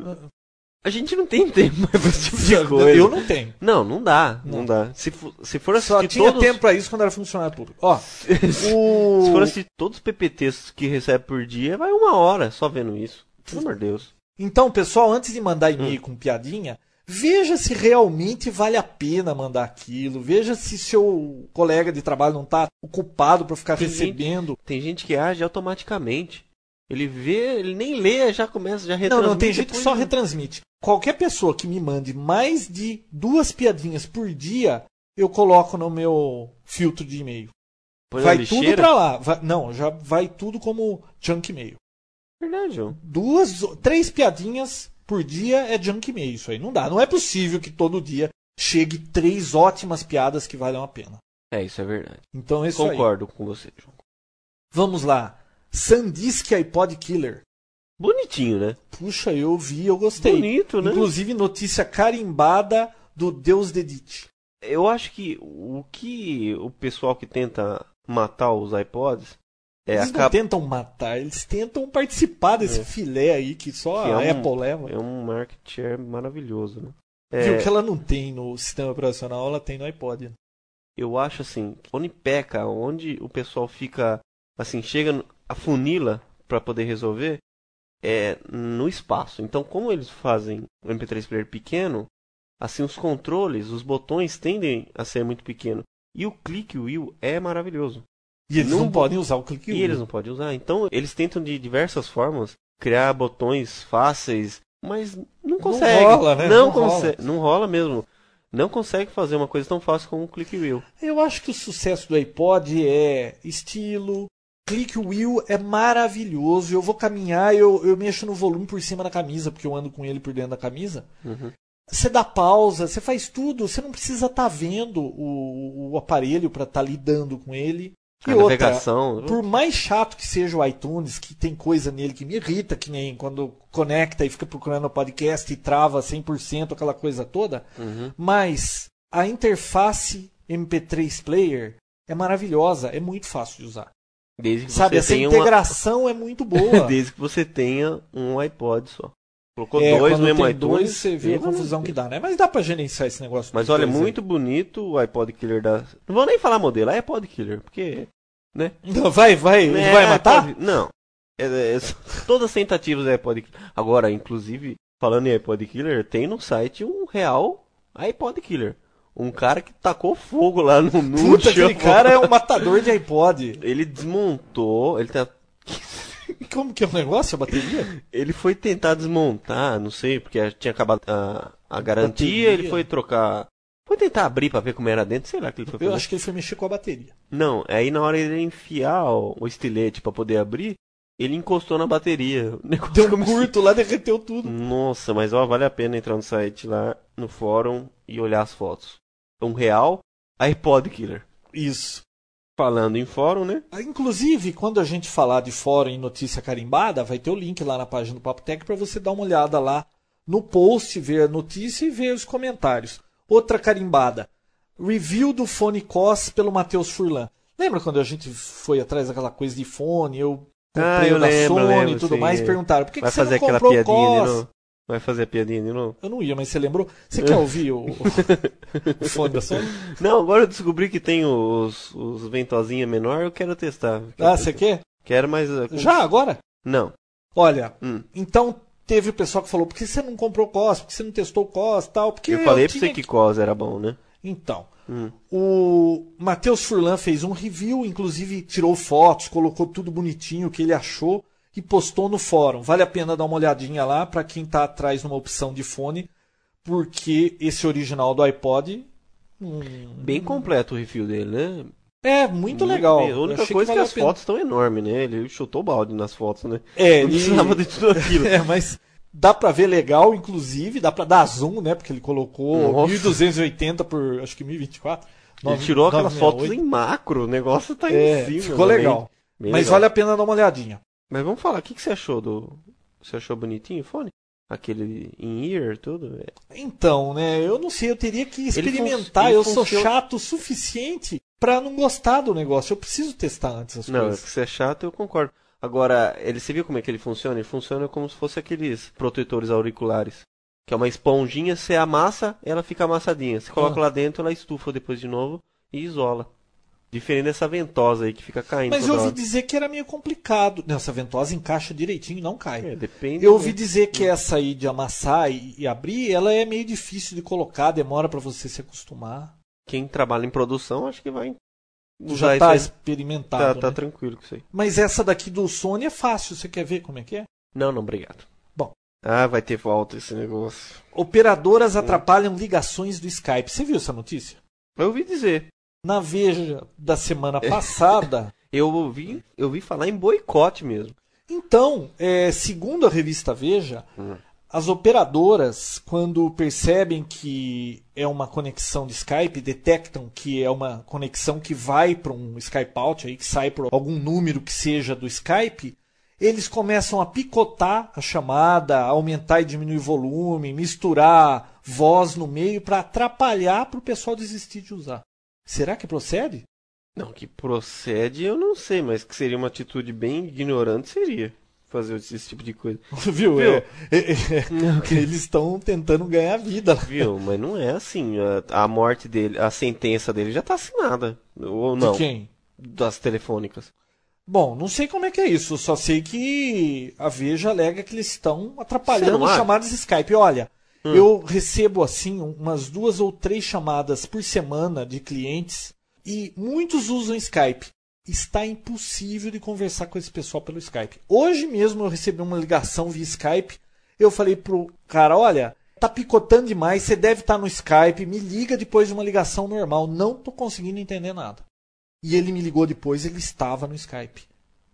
A gente não tem tempo mais pra esse tipo de coisa. Eu não tenho. Não, não dá, não, Não. dá. Se, for, se for assistir Só tinha todos... tempo pra isso quando era funcionário público. Ó, Se o... for assistir todos os P P Ts que recebe por dia, vai uma hora só vendo isso. Pelo amor de Deus. Então, pessoal, antes de mandar e-mail Hum. com piadinha, veja se realmente vale a pena mandar aquilo. Veja se seu colega de trabalho não está ocupado para ficar Tem recebendo. Tem gente que age automaticamente. Ele vê, ele nem lê, já começa, já Não, retransmite. não, tem gente que depois só de- retransmite. Qualquer pessoa que me mande mais de duas piadinhas por dia, eu coloco no meu filtro de e-mail. Põe na Vai lixeira. tudo para lá. Vai- não, já vai tudo como junk mail. Verdade, João. Duas, três piadinhas por dia é junk mail, isso aí não dá. Não é possível que todo dia chegue três ótimas piadas que valham a pena. É, isso é verdade. Então é isso aí. Concordo com você, João. Vamos lá. Sandisk iPod Killer. Bonitinho, né? Puxa, eu vi, eu gostei. Bonito, né? Inclusive notícia carimbada do Deus Dedite. Eu acho que o que o pessoal que tenta matar os iPods é Eles não acaba... tentam matar, eles tentam participar desse É. filé aí que só que a é um- Apple leva. É um market share maravilhoso, né? Viu É, que ela não tem no sistema operacional, ela tem no iPod. eu acho assim, onde peca, onde o pessoal fica, assim, chega, no- afunila para poder resolver, é no espaço. Então, como eles fazem o M P três player pequeno, assim, os controles, os botões tendem a ser muito pequenos. E o click wheel é maravilhoso. E eles Não não, bo- podem usar o click E wheel. eles não podem usar. Então, eles tentam de diversas formas criar botões fáceis, mas não consegue. rola, né? Não, Não rola. consegue. Não rola mesmo. Não consegue fazer uma coisa tão fácil como o click wheel. Eu acho que o sucesso do iPod é estilo, click wheel é maravilhoso. Eu vou caminhar, eu, eu mexo no volume por cima da camisa, porque eu ando com ele por dentro da camisa. Uhum. Você dá pausa, você faz tudo, você não precisa estar vendo o, o aparelho para estar lidando com ele. E A outra, navegação. por mais chato que seja o iTunes, que tem coisa nele que me irrita, que nem quando conecta e fica procurando o podcast e trava cem por cento aquela coisa toda, Uhum. mas a interface M P três Player é maravilhosa, é muito fácil de usar. Desde que Sabe, você essa tenha integração é muito boa. uma... Desde que você tenha um iPod só. Colocou É, dois quando no mesmo tem iTunes. dois, você vê a pelo amor confusão de que Deus. dá, né? Mas dá pra gerenciar esse negócio. Mas dos olha, dois aí. muito bonito o iPod Killer da... Não vou nem falar modelo, é iPod Killer, porque... Né? Não, vai, vai, ele É, vai matar? iPod- Não. É, é, todas as tentativas é iPod Killer. Agora, inclusive, falando em iPod Killer, tem no site um real iPod Killer. Um cara que tacou fogo lá no, no Puta, chão. aquele cara é um matador de iPod. Ele desmontou, ele tá... Como que é o negócio, a bateria? Ele foi tentar desmontar, não sei, porque tinha acabado a, a garantia, Bateria. ele foi trocar... Foi tentar abrir pra ver como era dentro, sei lá o que ele foi Eu fazer. acho que ele foi mexer com a bateria. Não, aí na hora ele ia enfiar o, o estilete pra poder abrir, ele encostou na bateria. O negócio Deu um começou- curto lá, derreteu tudo. Nossa, mas ó, vale a pena entrar no site lá, no fórum, e olhar as fotos. Um real, iPod Killer. Isso. Falando em fórum, né? Ah, inclusive, quando a gente falar de fórum e notícia carimbada, vai ter o link lá na página do Papo Tech para você dar uma olhada lá no post, ver a notícia e ver os comentários. Outra carimbada. Review do fone C O S pelo Matheus Furlan. Lembra quando a gente foi atrás daquela coisa de fone, eu Ah, comprei eu o da lembro, Sony lembro, e tudo sim, mais, é. perguntaram, por que, Vai que você fazer não aquela comprou o piadinha de C O S? novo. Vai fazer a piadinha de novo? Eu não ia, mas você lembrou? Você quer ouvir o, o fone da Sony? Não, agora eu descobri que tem os, os ventosinha menor, eu quero testar. Quero Ah, testar. você quer? Quero mais... uh, com- Já agora? Não. Olha, Hum. então teve o pessoal que falou, por que você não comprou o C O S? Por que você não testou o C O S e tal? Porque Eu falei pra tinha você que C O S era bom, né? Então, Hum. o Matheus Furlan fez um review, inclusive tirou fotos, colocou tudo bonitinho, o que ele achou e postou no fórum. Vale a pena dar uma olhadinha lá para quem está atrás de uma opção de fone, porque esse original do iPod hum, Bem completo o review dele, né? é muito, legal. bem. A Eu única achei coisa é que valeu as a pena. fotos estão enormes, né? Ele chutou o balde nas fotos, né? É, Não ele... precisava de tudo aquilo. É, mas dá pra ver legal, inclusive, dá pra dar zoom, né? Porque ele colocou Nossa. mil duzentos e oitenta por, acho que mil e vinte e quatro. Ele tirou aquelas fotos em macro, o negócio tá É, em cima. ficou também. legal. Bem Mas legal. vale a pena dar uma olhadinha. Mas vamos falar, o que, que você achou do... Você achou bonitinho o fone? Aquele in-ear, tudo? É. Então, né? Eu não sei, eu teria que fun- experimentar. ele Eu sou funciona- chato o suficiente pra não gostar do negócio. Eu preciso testar antes as Não, é coisas. que você é chato, eu concordo. Agora, ele, você viu como é que ele funciona? Ele funciona como se fosse aqueles protetores auriculares. Que é uma esponjinha, você amassa, ela fica amassadinha. Você coloca Ah. lá dentro, ela estufa depois de novo e isola. Diferente dessa ventosa aí que fica caindo Mas eu toda ouvi hora. dizer que era meio complicado. Não, essa ventosa encaixa direitinho e não cai. É, depende. Eu ouvi né? dizer que essa aí de amassar e, e abrir, ela é meio difícil de colocar, demora pra você se acostumar. Quem trabalha em produção, acho que vai Tu usar já tá isso aí. experimentado, Tá, tá né? tranquilo com isso aí. Mas essa daqui do Sony é fácil, você quer ver como é que é? Não, não, obrigado. Bom. Ah, vai ter volta esse negócio. Operadoras atrapalham ligações do Skype. Você viu essa notícia? Eu ouvi dizer. Na Veja da semana passada... Eu ouvi, eu ouvi falar em boicote mesmo. Então, é, segundo a revista Veja, Hum. as operadoras, quando percebem que é uma conexão de Skype, detectam que é uma conexão que vai para um Skype out, aí, que sai por algum número que seja do Skype, eles começam a picotar a chamada, aumentar e diminuir o volume, misturar voz no meio para atrapalhar para o pessoal desistir de usar. Será que procede? Não, que procede eu não sei, mas que seria uma atitude bem ignorante seria fazer esse, esse tipo de coisa. Viu? Viu? É, é, é, eles estão tentando ganhar vida. Viu? Mas não é assim. A, a morte dele, a sentença dele já tá assinada. Ou não? De quem? Das telefônicas. Bom, não sei como é que é isso. Eu só sei que a Veja alega que eles estão Você atrapalhando não acha? chamadas de Skype. Olha, Hum. eu recebo assim umas duas ou três chamadas por semana de clientes e muitos usam Skype. Está impossível de conversar com esse pessoal pelo Skype. Hoje mesmo eu recebi uma ligação via Skype. Eu falei pro cara, olha, tá picotando demais, você deve estar no Skype, me liga depois de uma ligação normal. Não tô conseguindo entender nada. E ele me ligou depois, ele estava no Skype.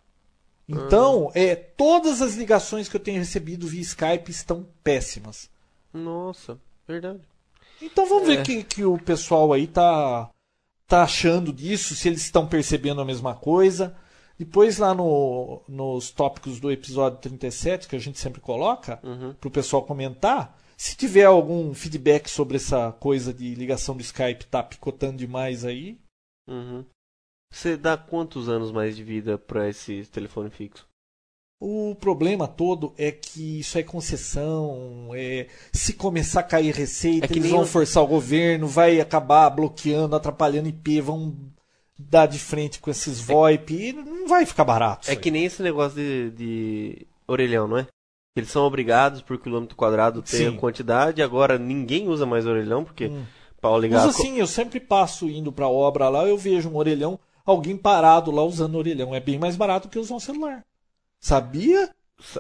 Então, é, todas as ligações que eu tenho recebido via Skype estão péssimas. Nossa, verdade. Então vamos É. ver o que, que o pessoal aí tá, tá achando disso, se eles estão percebendo a mesma coisa. Depois lá no, nos tópicos do episódio trinta e sete, que a gente sempre coloca, Uhum. para o pessoal comentar, se tiver algum feedback sobre essa coisa de ligação do Skype tá picotando demais aí, Uhum. Você dá quantos anos mais de vida pra esse telefone fixo? o problema todo é que isso é concessão, é, se começar a cair receita, É que eles nem vão o- forçar o governo, vai acabar bloqueando, atrapalhando I P, vão dar de frente com esses VoIP, e não vai ficar barato. É isso que aí. nem esse negócio de, de orelhão, não é? Eles são obrigados por quilômetro quadrado ter Sim. a quantidade, agora ninguém usa mais orelhão, porque Hum. para ligar... Usa sim, eu sempre passo indo pra obra lá, eu vejo um orelhão, alguém parado lá usando orelhão. É bem mais barato que usar um celular. Sabia?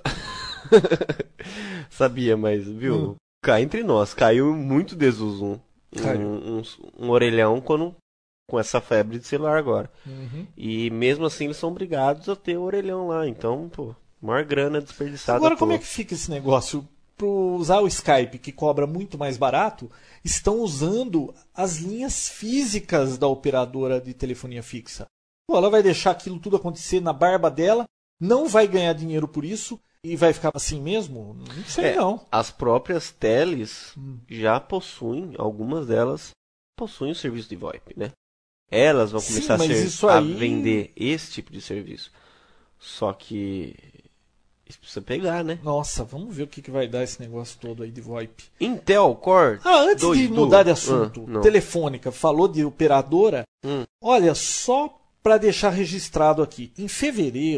Sabia, mas, viu? Hum. Cá entre nós, caiu muito desuso um, Caiu. um, um, um orelhão quando, com essa febre de celular agora. Uhum. E mesmo assim eles são obrigados a ter o orelhão lá. Então, pô, maior grana desperdiçada. Agora, à como toa. é que fica esse negócio? Para usar o Skype, que cobra muito mais barato, estão usando as linhas físicas da operadora de telefonia fixa. Pô, ela vai deixar aquilo tudo acontecer na barba dela, não vai ganhar dinheiro por isso e vai ficar assim mesmo? Não sei É, não. As próprias teles Hum. já possuem, algumas delas possuem o serviço de VoIP, né? Elas vão Sim, começar a, mas ser- isso a aí- vender esse tipo de serviço. Só que isso precisa pegar, né? Nossa, vamos ver o que, que vai dar esse negócio todo aí de VoIP. Intel Core. Ah, antes de dois mudar de duo. assunto, Ah, não. Telefônica falou de operadora. Hum. Olha, só para deixar registrado aqui, em fevereiro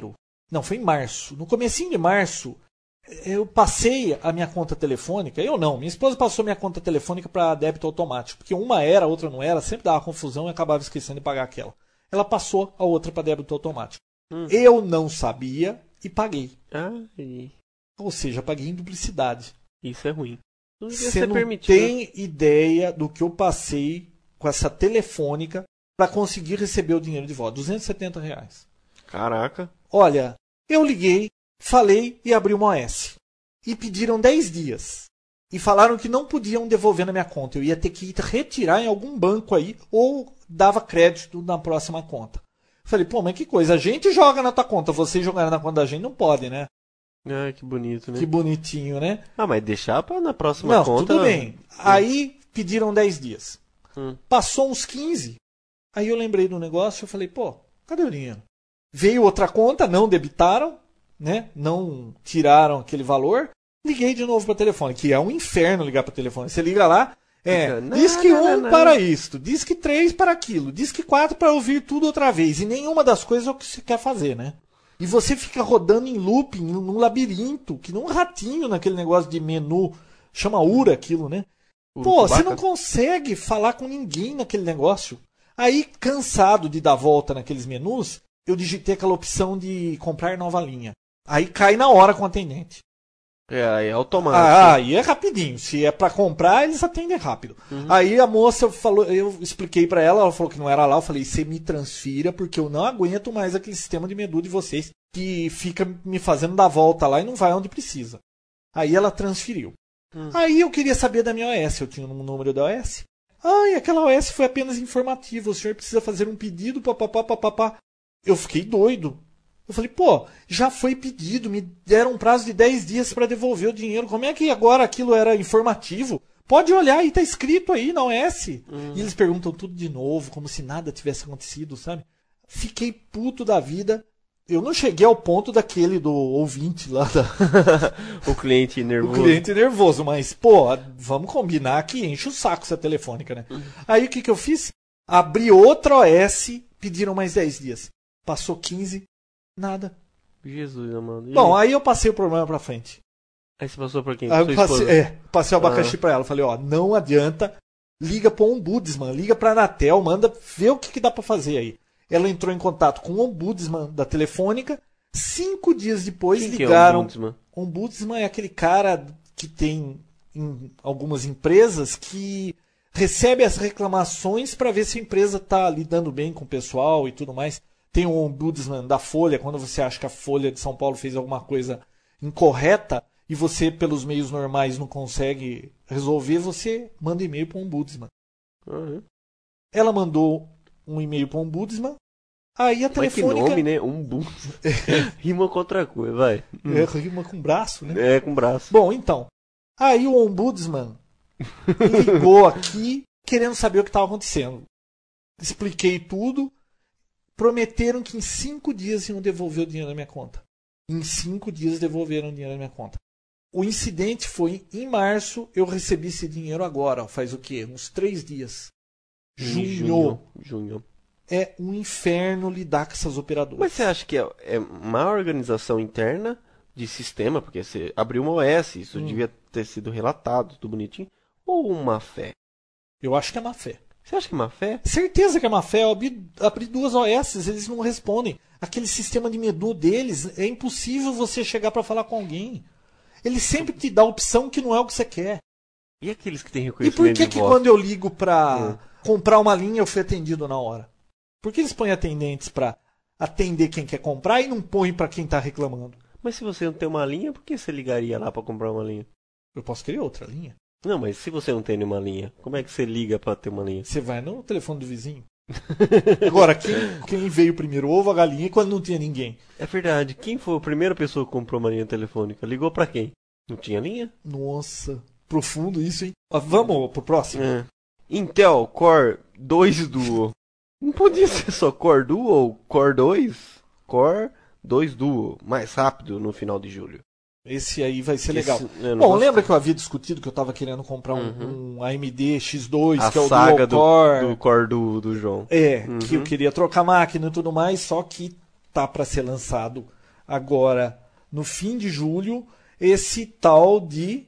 Não, foi em março. No comecinho de março, eu passei a minha conta telefônica. Eu não, minha esposa passou minha conta telefônica para débito automático. Porque uma era, a outra não era, sempre dava confusão e acabava esquecendo de pagar aquela. Ela passou a outra para débito automático. Hum. Eu não sabia e paguei. Ai. Ou seja, paguei em duplicidade. Isso é ruim. Você não permitido. Tem ideia do que eu passei com essa telefônica para conseguir receber o dinheiro de volta. duzentos e setenta reais. Caraca. Olha, eu liguei, falei e abri uma O S. E pediram dez dias. E falaram que não podiam devolver na minha conta. Eu ia ter que ir retirar em algum banco aí ou dava crédito na próxima conta. Falei, pô, mas que coisa. A gente joga na tua conta. Vocês jogarem na conta da gente não pode, né? Ah, que bonito, né? Que bonitinho, né? Ah, mas deixar pra na próxima não, conta... Tudo bem. Hum. Aí pediram dez dias. Hum. Passou uns quinze. Aí eu lembrei do negócio e falei, pô, cadê o dinheiro? Veio outra conta, não debitaram, né? Não tiraram aquele valor. Liguei de novo para o telefone, que é um inferno ligar para o telefone. Você liga lá, é, Fica, diz que um não, não. para isto, diz que três para aquilo, diz que quatro para ouvir tudo outra vez. E nenhuma das coisas é o que você quer fazer, né? E você fica rodando em looping, num labirinto, que nem um ratinho naquele negócio de menu. Chama Ura aquilo, né? Pô, você não consegue falar com ninguém naquele negócio. Aí, cansado de dar volta naqueles menus, eu digitei aquela opção de comprar nova linha. Aí cai na hora com o atendente. É, aí é automático. Ah, aí é rapidinho. Se é pra comprar, eles atendem rápido. Uhum. Aí a moça falou, eu expliquei pra ela, ela falou que não era lá. Eu falei, você me transfira, porque eu não aguento mais aquele sistema de menu de vocês que fica me fazendo dar volta lá e não vai onde precisa. Aí ela transferiu. Uhum. Aí eu queria saber da minha O S. Eu tinha um número da O S. Ah, e aquela O S foi apenas informativa. O senhor precisa fazer um pedido, papapá, papapá. Eu fiquei doido. Eu falei, pô, já foi pedido, me deram um prazo de dez dias para devolver o dinheiro. Como é que agora aquilo era informativo? Pode olhar aí, tá escrito aí na O S. Hum. E eles perguntam tudo de novo, como se nada tivesse acontecido, sabe? Fiquei puto da vida. Eu não cheguei ao ponto daquele do ouvinte lá. Da... o cliente nervoso. O cliente nervoso, mas, pô, vamos combinar que enche o saco essa telefônica, né? Hum. Aí o que, que eu fiz? Abri outra O S, pediram mais dez dias. Passou quinze. Nada. Jesus, amado. E Bom, aí eu passei o problema pra frente. Aí você passou pra quem? Aí eu passei, é, passei o abacaxi ah. pra ela. Falei, ó, não adianta. Liga pro Ombudsman, liga pra Anatel, manda ver o que, que dá pra fazer aí. Ela entrou em contato com o Ombudsman da Telefônica. Cinco dias depois quem ligaram. Que é o Ombudsman? Ombudsman é aquele cara que tem em algumas empresas que recebe as reclamações pra ver se a empresa tá lidando bem com o pessoal e tudo mais. Tem um ombudsman da Folha, quando você acha que a Folha de São Paulo fez alguma coisa incorreta e você, pelos meios normais, não consegue resolver, você manda e-mail para o ombudsman. Uhum. Ela mandou um e-mail para o ombudsman, aí a telefônica... Mas que nome, né? Ombudsman. Rima com outra coisa, vai. É, rima com braço, né? É, com braço. Bom, então, aí o ombudsman ligou aqui querendo saber o que estava acontecendo. Expliquei tudo. Prometeram que em cinco dias iam devolver o dinheiro na minha conta. Em cinco dias devolveram o dinheiro na minha conta. O incidente foi em março, eu recebi esse dinheiro agora. Faz o quê? Uns três dias. Junho. Junho. Junho. É um inferno lidar com essas operadoras. Mas você acha que é, é má organização interna de sistema? Porque você abriu uma O S, isso hum. devia ter sido relatado, tudo bonitinho. Ou má fé? Eu acho que é má fé. Você acha que é má fé? Certeza que é má fé. Eu abri, abri duas O S, eles não respondem. Aquele sistema de menu deles, é impossível você chegar para falar com alguém. Ele sempre te dá a opção que não é o que você quer. E aqueles que têm reconhecimento E por que, de que voz? Quando eu ligo para é. comprar uma linha, eu fui atendido na hora? Por que eles põem atendentes para atender quem quer comprar e não põem para quem está reclamando? Mas se você não tem uma linha, por que você ligaria lá para comprar uma linha? Eu posso querer outra linha. Não, mas se você não tem nenhuma linha, como é que você liga pra ter uma linha? Você vai no telefone do vizinho. Agora, quem, quem veio primeiro, ovo, a galinha, quando não tinha ninguém? É verdade. Quem foi a primeira pessoa que comprou uma linha telefônica? Ligou pra quem? Não tinha linha? Nossa, profundo isso, hein? Ah, vamos pro próximo? É. Intel Core dois Duo. Não podia ser só Core Duo ou Core dois? Core dois Duo. Mais rápido no final de julho. Esse aí vai ser legal. Esse, Bom, lembra que eu havia discutido que eu estava querendo comprar um, uhum. um A M D X dois, a que é o saga Dual Core. Do, do Core do, do João. É, uhum. que eu queria trocar máquina e tudo mais, só que tá para ser lançado agora, no fim de julho, esse tal de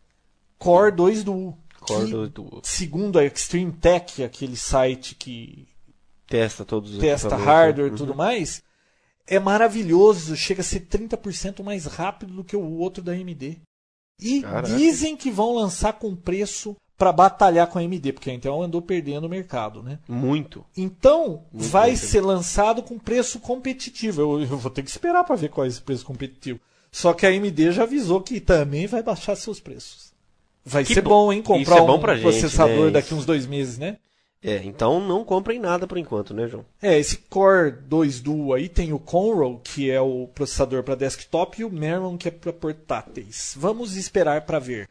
Core dois Duo. Core dois Duo. Segundo a Extreme Tech, aquele site que testa todos os testa hardware e uhum. tudo mais, é maravilhoso, chega a ser trinta por cento mais rápido do que o outro da A M D. E Caraca. Dizem que vão lançar com preço para batalhar com a A M D, porque a Intel andou perdendo o mercado, né? Muito. Então, Muito vai muito. ser lançado com preço competitivo. Eu, eu vou ter que esperar para ver qual é esse preço competitivo. Só que a A M D já avisou que também vai baixar seus preços. Vai que ser bom, hein? Comprar é bom um processador gente, né? daqui uns dois meses, né? É, então não comprem nada por enquanto, né, João? É, esse Core dois Duo aí tem o Conroe, que é o processador para desktop, e o Merlin, que é para portáteis. Vamos esperar para ver.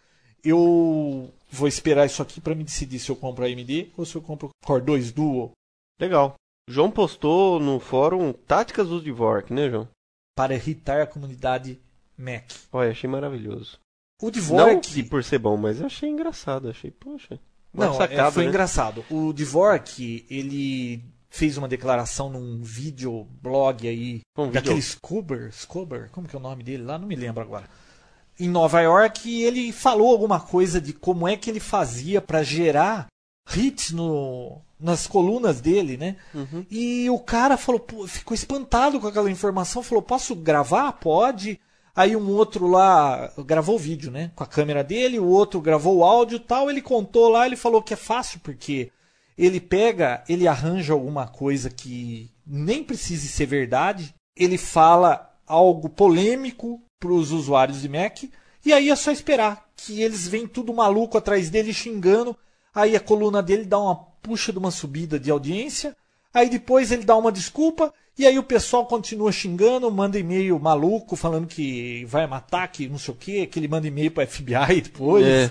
Eu vou esperar isso aqui para me decidir se eu compro a A M D ou se eu compro o Core dois Duo. Legal. João postou no fórum táticas do Dvorak, né, João? Para irritar a comunidade Mac. Olha, achei maravilhoso. O Dvorak... Não que por ser bom, mas eu achei engraçado. Achei, poxa... Não, sacada, é, foi né? engraçado. O Dvorak, ele fez uma declaração num vídeo blog aí, um daquele vídeo... Scuber, Scuber, como que é o nome dele lá? Não me lembro agora. Em Nova York, e ele falou alguma coisa de como é que ele fazia para gerar hits no, nas colunas dele, né? Uhum. E o cara falou, pô, ficou espantado com aquela informação, falou, posso gravar? Pode. Aí um outro lá gravou o vídeo, né? Com a câmera dele, o outro gravou o áudio e tal. Ele contou lá, ele falou que é fácil, porque ele pega, ele arranja alguma coisa que nem precise ser verdade. Ele fala algo polêmico para os usuários de Mac. E aí é só esperar que eles vêm tudo maluco atrás dele xingando. Aí a coluna dele dá uma puxa de uma subida de audiência. Aí depois ele dá uma desculpa. E aí o pessoal continua xingando, manda e-mail maluco, falando que vai matar, que não sei o quê, que ele manda e-mail para F B I depois. É.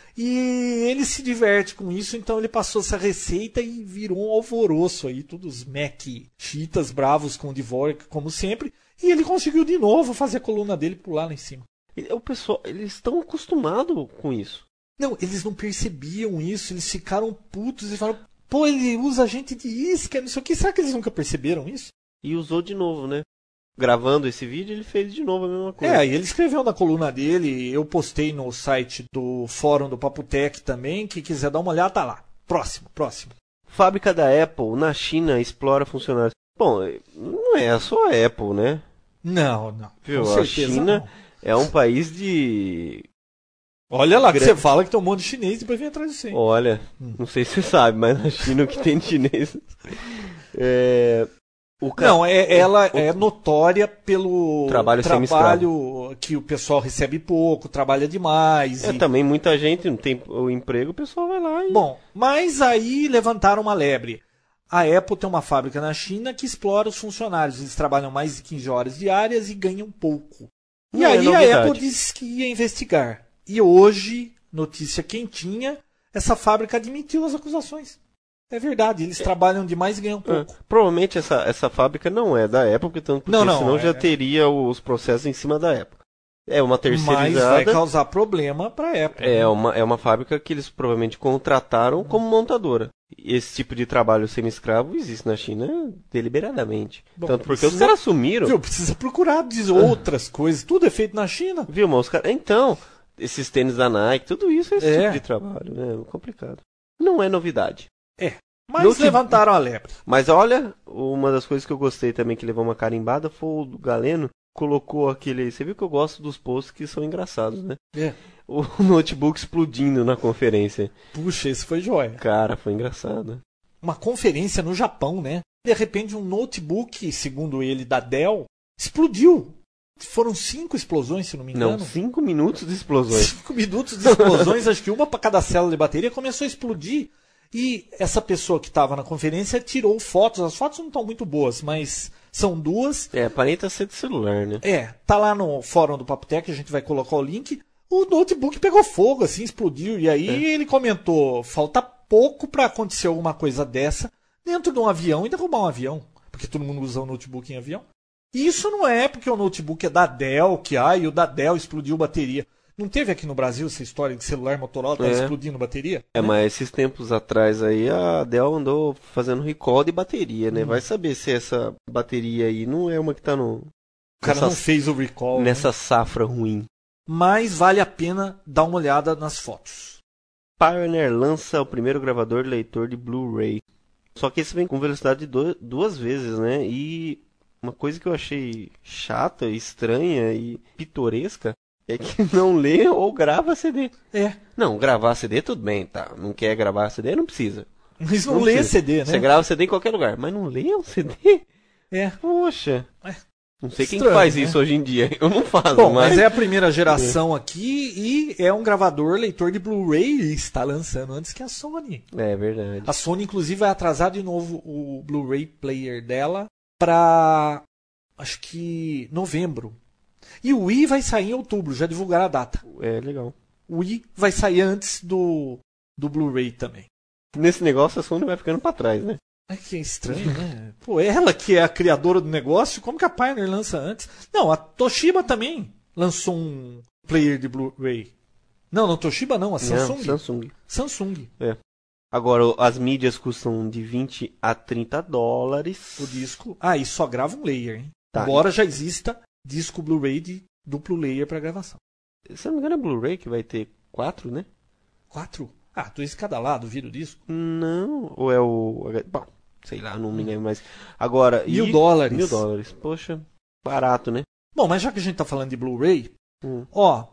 E ele se diverte com isso, então ele passou essa receita e virou um alvoroço aí, todos os Mac chiitas bravos com o Dvorak, como sempre. E ele conseguiu de novo fazer a coluna dele pular lá em cima. O pessoal, eles estão acostumados com isso. Não, eles não percebiam isso, eles ficaram putos e falaram, pô, ele usa a gente de isca, não sei o que. Será que eles nunca perceberam isso? E usou de novo, né? Gravando esse vídeo, ele fez de novo a mesma coisa. É, e ele escreveu na coluna dele, eu postei no site do fórum do Papotec também, quem quiser dar uma olhada, tá lá. Próximo, próximo. Fábrica da Apple na China explora funcionários. Bom, não é só a Apple, né? Não, não. Viu? Com a certeza China não. É um país de... Olha lá, que você fala que tem um monte de chinês e depois vem atrás de você. Olha, hum. não sei se você sabe, mas na China o que tem de chinês... É... O ca... Não, é, ela o... é notória pelo trabalho, trabalho que o pessoal recebe pouco, trabalha demais. É, e... também muita gente não tem o emprego, o pessoal vai lá e... Bom, mas aí levantaram uma lebre. A Apple tem uma fábrica na China que explora os funcionários. Eles trabalham mais de quinze horas diárias e ganham pouco. E não aí é a Apple disse que ia investigar. E hoje, notícia quentinha, essa fábrica admitiu as acusações. É verdade, eles é. trabalham demais e ganham pouco. É. Provavelmente essa, essa fábrica não é da Apple, tanto porque não, não, senão é... já teria os processos em cima da Apple. É uma terceirizada. Mas vai causar problema para a Apple. É, né? uma, é uma fábrica que eles provavelmente contrataram como montadora. Esse tipo de trabalho semi-escravo existe na China deliberadamente. Bom, tanto porque precisa, os caras sumiram. Viu, precisa procurar de outras coisas. Tudo é feito na China. Viu, mas os caras... Então, esses tênis da Nike, tudo isso é esse é. tipo de trabalho. Né? É complicado. Não é novidade. É. Mas no levantaram que... a lebre. Mas olha, uma das coisas que eu gostei também que levou uma carimbada foi o do Galeno. Colocou aquele... Você viu que eu gosto dos posts que são engraçados, né? É. O notebook explodindo na conferência. Puxa, esse foi joia. Cara, foi engraçado. Uma conferência no Japão, né? De repente um notebook, segundo ele, da Dell, explodiu. Foram cinco explosões, se não me engano. Não, cinco minutos de explosões. Cinco minutos de explosões, acho que uma para cada célula de bateria, começou a explodir. E essa pessoa que estava na conferência tirou fotos. As fotos não estão muito boas, mas são duas. É, aparenta ser de celular, né? É, tá lá no fórum do Papotec, a gente vai colocar o link. O notebook pegou fogo, assim, explodiu. E aí é. ele comentou, falta pouco para acontecer alguma coisa dessa dentro de um avião e derrubar um avião. Porque todo mundo usa o notebook em avião. E isso não é porque o notebook é da Dell, que ai, o da Dell explodiu bateria. Não teve aqui no Brasil essa história de celular Motorola tá é. explodindo bateria? É, né? Mas esses tempos atrás aí a Dell andou fazendo recall de bateria, né? Hum. Vai saber se essa bateria aí não é uma que tá no... cara nessa, não fez o recall. Nessa né? safra ruim. Mas vale a pena dar uma olhada nas fotos. Pioneer lança o primeiro gravador leitor de Blu-ray. Só que esse vem com velocidade de do, duas vezes, né? E uma coisa que eu achei chata, estranha e pitoresca é que não lê ou grava C D. É. Não, gravar C D tudo bem, tá? Não quer gravar C D? Não precisa. Mas não, Não lê precisa. C D, né? Você grava C D em qualquer lugar, mas não lê um C D? É. Poxa. É. Não sei quem Estranho, faz né? isso hoje em dia. Eu não faço, Bom, mas... mas é a primeira geração aqui e é um gravador leitor de Blu-ray e está lançando antes que a Sony. É verdade. A Sony, inclusive, vai atrasar de novo o Blu-ray player dela para, acho que, novembro. E o Wii vai sair em outubro, já divulgaram a data. É legal. O Wii vai sair antes do, do Blu-ray também. Nesse negócio a Sony vai ficando pra trás, né? É que é estranho, né? Pô, ela que é a criadora do negócio, como que a Pioneer lança antes? Não, a Toshiba também lançou um player de Blu-ray. Não, não, Toshiba não, a Samsung. Não, Samsung. Samsung. É. Agora, as mídias custam de vinte a trinta dólares. O disco. Ah, e só grava um layer, hein? Tá. Embora já exista disco Blu-ray de duplo layer para gravação. Se não me engano é Blu-ray que vai ter quatro, né? Quatro? Ah, dois de cada lado, vira o disco. Não, ou é o... Bom, sei lá, não me lembro mais. Agora... Mil e... dólares. Mil dólares. Poxa, barato, né? Bom, mas já que a gente tá falando de Blu-ray, Hum. ó,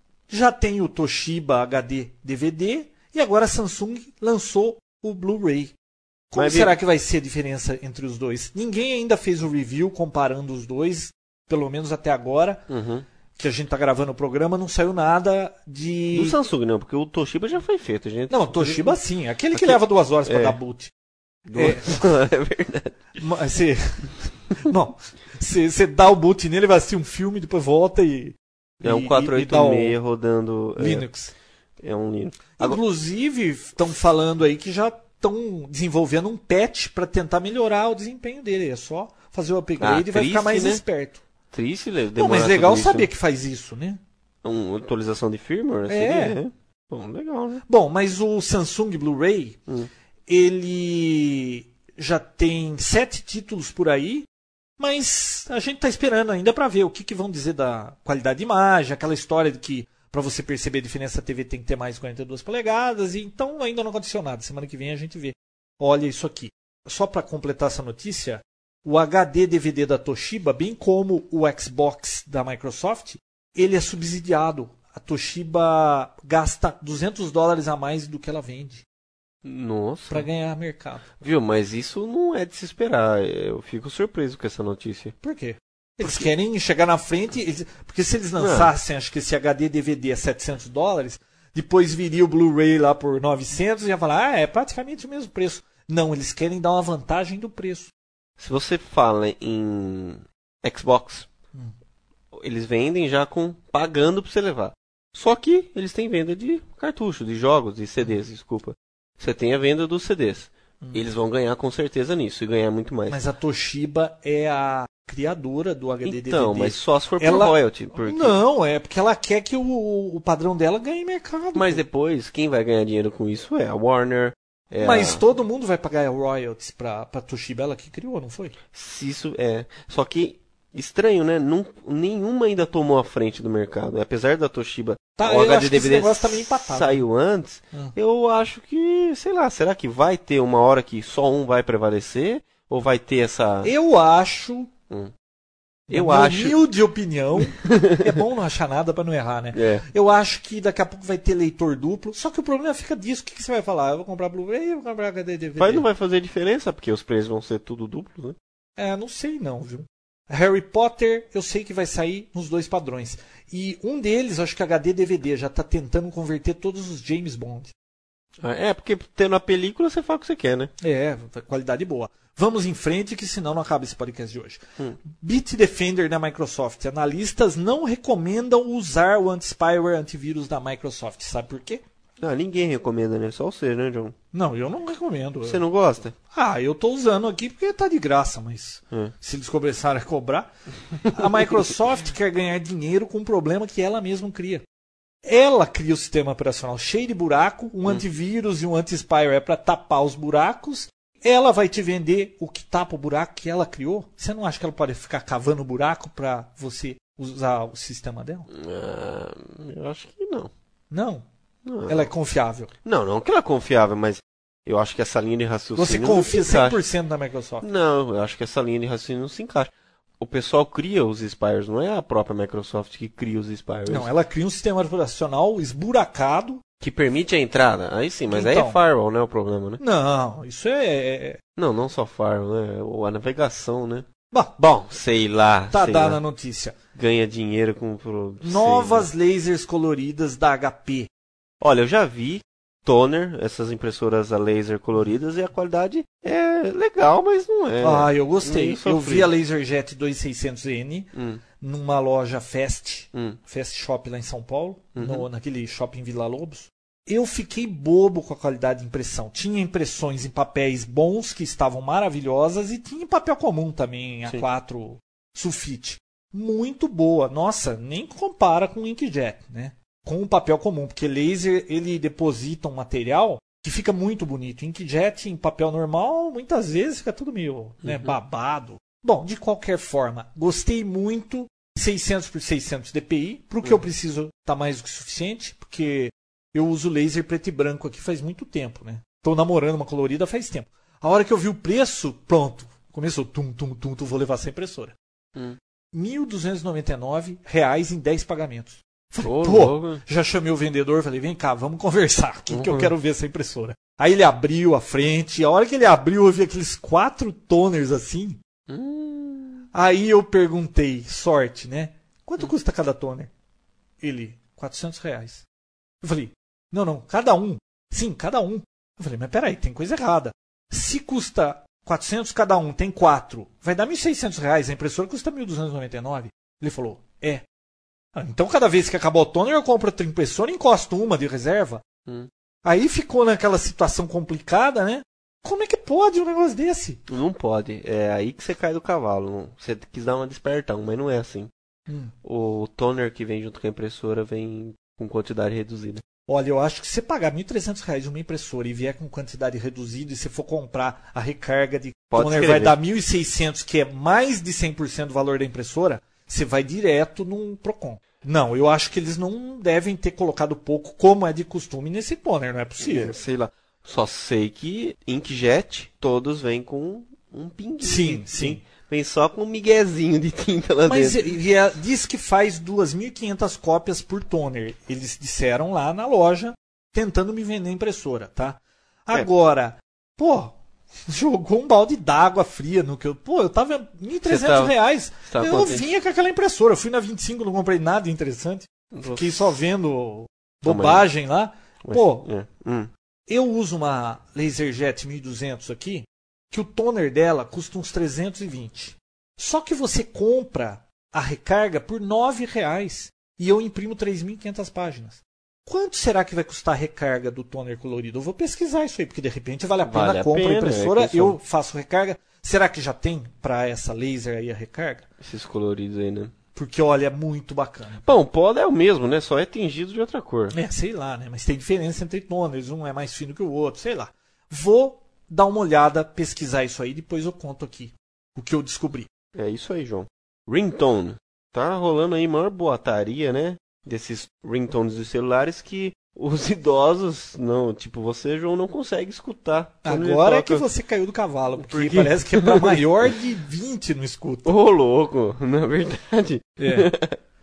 já tem o Toshiba H D D V D e agora a Samsung lançou o Blu-ray. Como Mas será vi- que vai ser a diferença entre os dois? Ninguém ainda fez o review comparando os dois, pelo menos até agora, Uhum. que a gente tá gravando o programa, não saiu nada de... Do Samsung não, porque o Toshiba já foi feito, gente. Não, Toshiba sim, aquele que Aqui- leva duas horas para é. dar boot. Do... É. é verdade. Mas você... Não, você, você dá o boot nele, vai assistir um filme, depois volta e... É um e- quatrocentos e e dá oitenta e seis o rodando... é, Linux. É um Linux. Agora, Inclusive, estão falando aí que já estão desenvolvendo um patch para tentar melhorar o desempenho dele. É só fazer o upgrade Ah, e vai ficar triste, mais né? esperto. triste, né? Não, Demorar mas legal tudo isso. saber que faz isso, né? Uma atualização de firmware? É. Seria, é. Bom, legal, né? Bom, mas o Samsung Blu-ray, Hum. ele já tem sete títulos por aí, mas a gente está esperando ainda para ver o que, que vão dizer da qualidade de imagem, aquela história de que para você perceber a diferença a T V tem que ter mais de quarenta e duas polegadas, e então ainda não aconteceu nada. Semana que vem a gente vê. Olha isso aqui. Só para completar essa notícia, o H D D V D da Toshiba, bem como o Xbox da Microsoft, ele é subsidiado. A Toshiba gasta duzentos dólares a mais do que ela vende Nossa. para ganhar mercado. Viu, mas isso não é de se esperar. Eu fico surpreso com essa notícia. Por quê? Eles querem chegar na frente, eles- porque se eles lançassem, acho que esse H D D V D a setecentos dólares, depois viria o Blu-ray lá por novecentos e ia falar, ah, é praticamente o mesmo preço. Não, eles querem dar uma vantagem do preço. Se você fala em Xbox, Hum. eles vendem já com pagando pra você levar. Só que eles têm venda de cartucho, de jogos, de C Ds, desculpa. Você tem a venda dos C Ds. Hum. Eles vão ganhar com certeza nisso e ganhar muito mais. Mas a Toshiba é a criadora do H D D V D. Então, mas só se for por Ela- royalty. Porque... Não, é porque ela quer que o, o padrão dela ganhe mercado. Mas pô. depois, quem vai ganhar dinheiro com isso é a Warner. É Mas a... todo mundo vai pagar royalties pra, pra Toshiba, ela que criou, não foi? Se isso é. Só que estranho, né? Não, nenhuma ainda tomou a frente do mercado. Apesar da Toshiba, Tá, o eu acho que esse H D D V D negócio tá meio empatado. saiu antes. Ah. Eu acho que, sei lá, será que vai ter uma hora que só um vai prevalecer? Ou vai ter essa. Eu acho. Hum. na Eu minha acho. humilde opinião. É bom não achar nada pra não errar, né? É. Eu acho que daqui a pouco vai ter leitor duplo. Só que o problema fica disso. O que, que você vai falar? Eu vou comprar Blu-ray ou vou comprar H D D V D? Mas não vai fazer diferença, porque os preços vão ser tudo duplos, né? É, não sei não, viu? Harry Potter, eu sei que vai sair nos dois padrões. E um deles, acho que H D D V D, já tá tentando converter todos os James Bond. É, porque tendo a película você faz o que você quer, né? É, qualidade boa. Vamos em frente, que senão não acaba esse podcast de hoje. Hum. Bitdefender da Microsoft. Analistas não recomendam usar o anti-spyware antivírus da Microsoft. Sabe por quê? Ah, ninguém recomenda, né? Só você, né, John? Não, eu não recomendo. Você não gosta? Ah, eu tô usando aqui porque tá de graça, mas Hum. se eles começarem a cobrar. A Microsoft quer ganhar dinheiro com um problema que ela mesma cria. Ela cria o sistema operacional cheio de buraco, um antivírus e um anti-spyware para tapar os buracos, ela vai te vender o que tapa o buraco que ela criou? Você não acha que ela pode ficar cavando buraco para você usar o sistema dela? Ah, eu acho que não. Não? não. Ela é confiável? Não, não que ela é confiável, mas eu acho que essa linha de raciocínio... Você confia cem por cento na Microsoft? Não, eu acho que essa linha de raciocínio não se encaixa. O pessoal cria os Spires, não é a própria Microsoft que cria os Spires. Não, ela cria um sistema operacional esburacado. Que permite a entrada? Aí sim, mas então, aí é firewall, né, o problema, né? Não, isso é... Não, não só firewall, né? Ou a navegação, né? Bah, Bom, sei lá. Tá sei dada lá. a notícia. Ganha dinheiro com... Pro... Novas sei, né? lasers coloridas da H P. Olha, eu já vi toner, essas impressoras a laser coloridas, e a qualidade é legal, mas não é. Ah, eu gostei. meio Eu vi a sofrido. LaserJet vinte e seiscentos N Hum, numa loja Fest, hum, Fest Shop lá em São Paulo, Uhum. no, naquele shopping Vila Lobos. Eu fiquei bobo com a qualidade de impressão. Tinha impressões em papéis bons, que estavam maravilhosas, e tinha em papel comum também, em A quatro sulfite. Muito boa. Nossa, nem compara com o inkjet, né? Com o papel comum, porque laser ele deposita um material que fica muito bonito. Inkjet em papel normal, muitas vezes fica tudo meio né, Uhum. babado. Bom, de qualquer forma, gostei muito. seiscentos por seiscentos D P I, para o que Uhum. eu preciso tá mais do que suficiente, porque eu uso laser preto e branco aqui faz muito tempo, né? Tô namorando uma colorida faz tempo. A hora que eu vi o preço, pronto, começou tum tum tum, tu vou levar essa impressora. hum. mil duzentos e noventa e nove reais em dez pagamentos. Falei, Ô, pô, louco. já chamei o vendedor, falei, vem cá, vamos conversar, que, que eu Uhum. quero ver essa impressora. Aí ele abriu a frente, a hora que ele abriu eu vi aqueles quatro toners assim. Hum. Aí eu perguntei, sorte, né? Quanto custa cada toner? Ele, quatrocentos reais. Eu falei, não, não, cada um. Sim, cada um. Eu falei, mas peraí, tem coisa errada. Se custa quatrocentos cada um, tem quatro, vai dar mil e seiscentos reais, a impressora custa mil duzentos e noventa e nove. Ele falou, é. Ah, então cada vez que acabar o toner eu compro outra impressora e encosto uma de reserva. Hum. Aí ficou naquela situação complicada, né? Como é que pode um negócio desse? Não pode. É aí que você cai do cavalo. Não- Você quis dar uma despertão, mas não é assim. Hum. O toner que vem junto com a impressora vem com quantidade reduzida. Olha, eu acho que se você pagar mil e trezentos reais uma impressora e vier com quantidade reduzida e se for comprar a recarga de Pode toner escrever. vai dar mil e seiscentos, que é mais de cem por cento do valor da impressora, você vai direto num Procon. Não, eu acho que eles não devem ter colocado pouco, como é de costume, nesse toner, não é possível. Sei lá. Só sei que inkjet todos vêm com um pinguinho. Sim, sim. Vem só com um miguezinho de tinta lá Mas dentro. e- e é- diz que faz duas mil e quinhentas cópias por toner. Eles disseram lá na loja, tentando me vender a impressora, tá? Agora, pô, jogou um balde d'água fria no que eu... Pô, eu tava mil e trezentos tava- reais. você tava Eu contente? vinha com aquela impressora. Eu fui na vinte e cinco, não comprei nada interessante. Fiquei só vendo bobagem lá. Mas- Pô, é. Hum. eu uso uma LaserJet mil e duzentos aqui, que o toner dela custa uns trezentos e vinte. Só que você compra a recarga por nove reais e eu imprimo três mil e quinhentas páginas. Quanto será que vai custar a recarga do toner colorido? Eu vou pesquisar isso aí, porque de repente vale a pena, Vale a compra a pena, impressora, é que eu faço recarga. Será que já tem para essa laser aí a recarga? Esses coloridos aí, né? Porque olha, é muito bacana. Bom, o pó é o mesmo, né? Só é tingido de outra cor. É, sei lá, né? Mas tem diferença entre toners, um é mais fino que o outro, sei lá. Vou dar uma olhada, pesquisar isso aí, depois eu conto aqui o que eu descobri. É isso aí, João. Ringtone. Tá rolando aí maior boataria, né? Desses ringtones dos celulares que os idosos, não, tipo você, João, não consegue escutar. quando ele Agora é que toca. você caiu do cavalo, porque Por quê? parece que é para maior de vinte não escuta. Ô, louco, na verdade. É.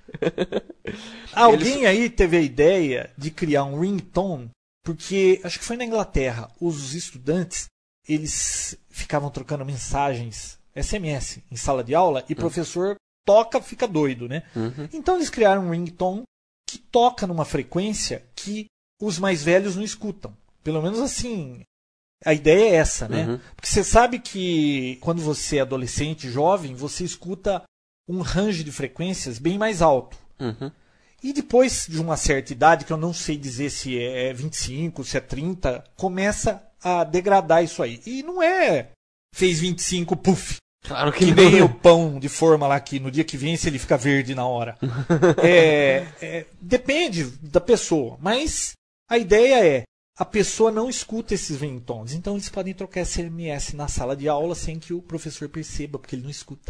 Alguém aí teve a ideia de criar um ringtone, porque acho que foi na Inglaterra, os estudantes, eles ficavam trocando mensagens S M S em sala de aula e o professor toca, fica doido, né? Uhum. Então eles criaram um ringtone que toca numa frequência que os mais velhos não escutam. Pelo menos assim, a ideia é essa, né? Uhum. Porque você sabe que quando você é adolescente, jovem, você escuta um range de frequências bem mais alto. Uhum. E depois de uma certa idade, que eu não sei dizer se é vinte e cinco, se é trinta, começa a degradar isso aí. E não é fez vinte e cinco, puf, Claro que, que não. nem o pão de forma lá que no dia que vence ele fica verde na hora. É, é, depende da pessoa, mas a ideia é a pessoa não escuta esses ringtones. Então eles podem trocar S M S na sala de aula sem que o professor perceba, porque ele não escuta.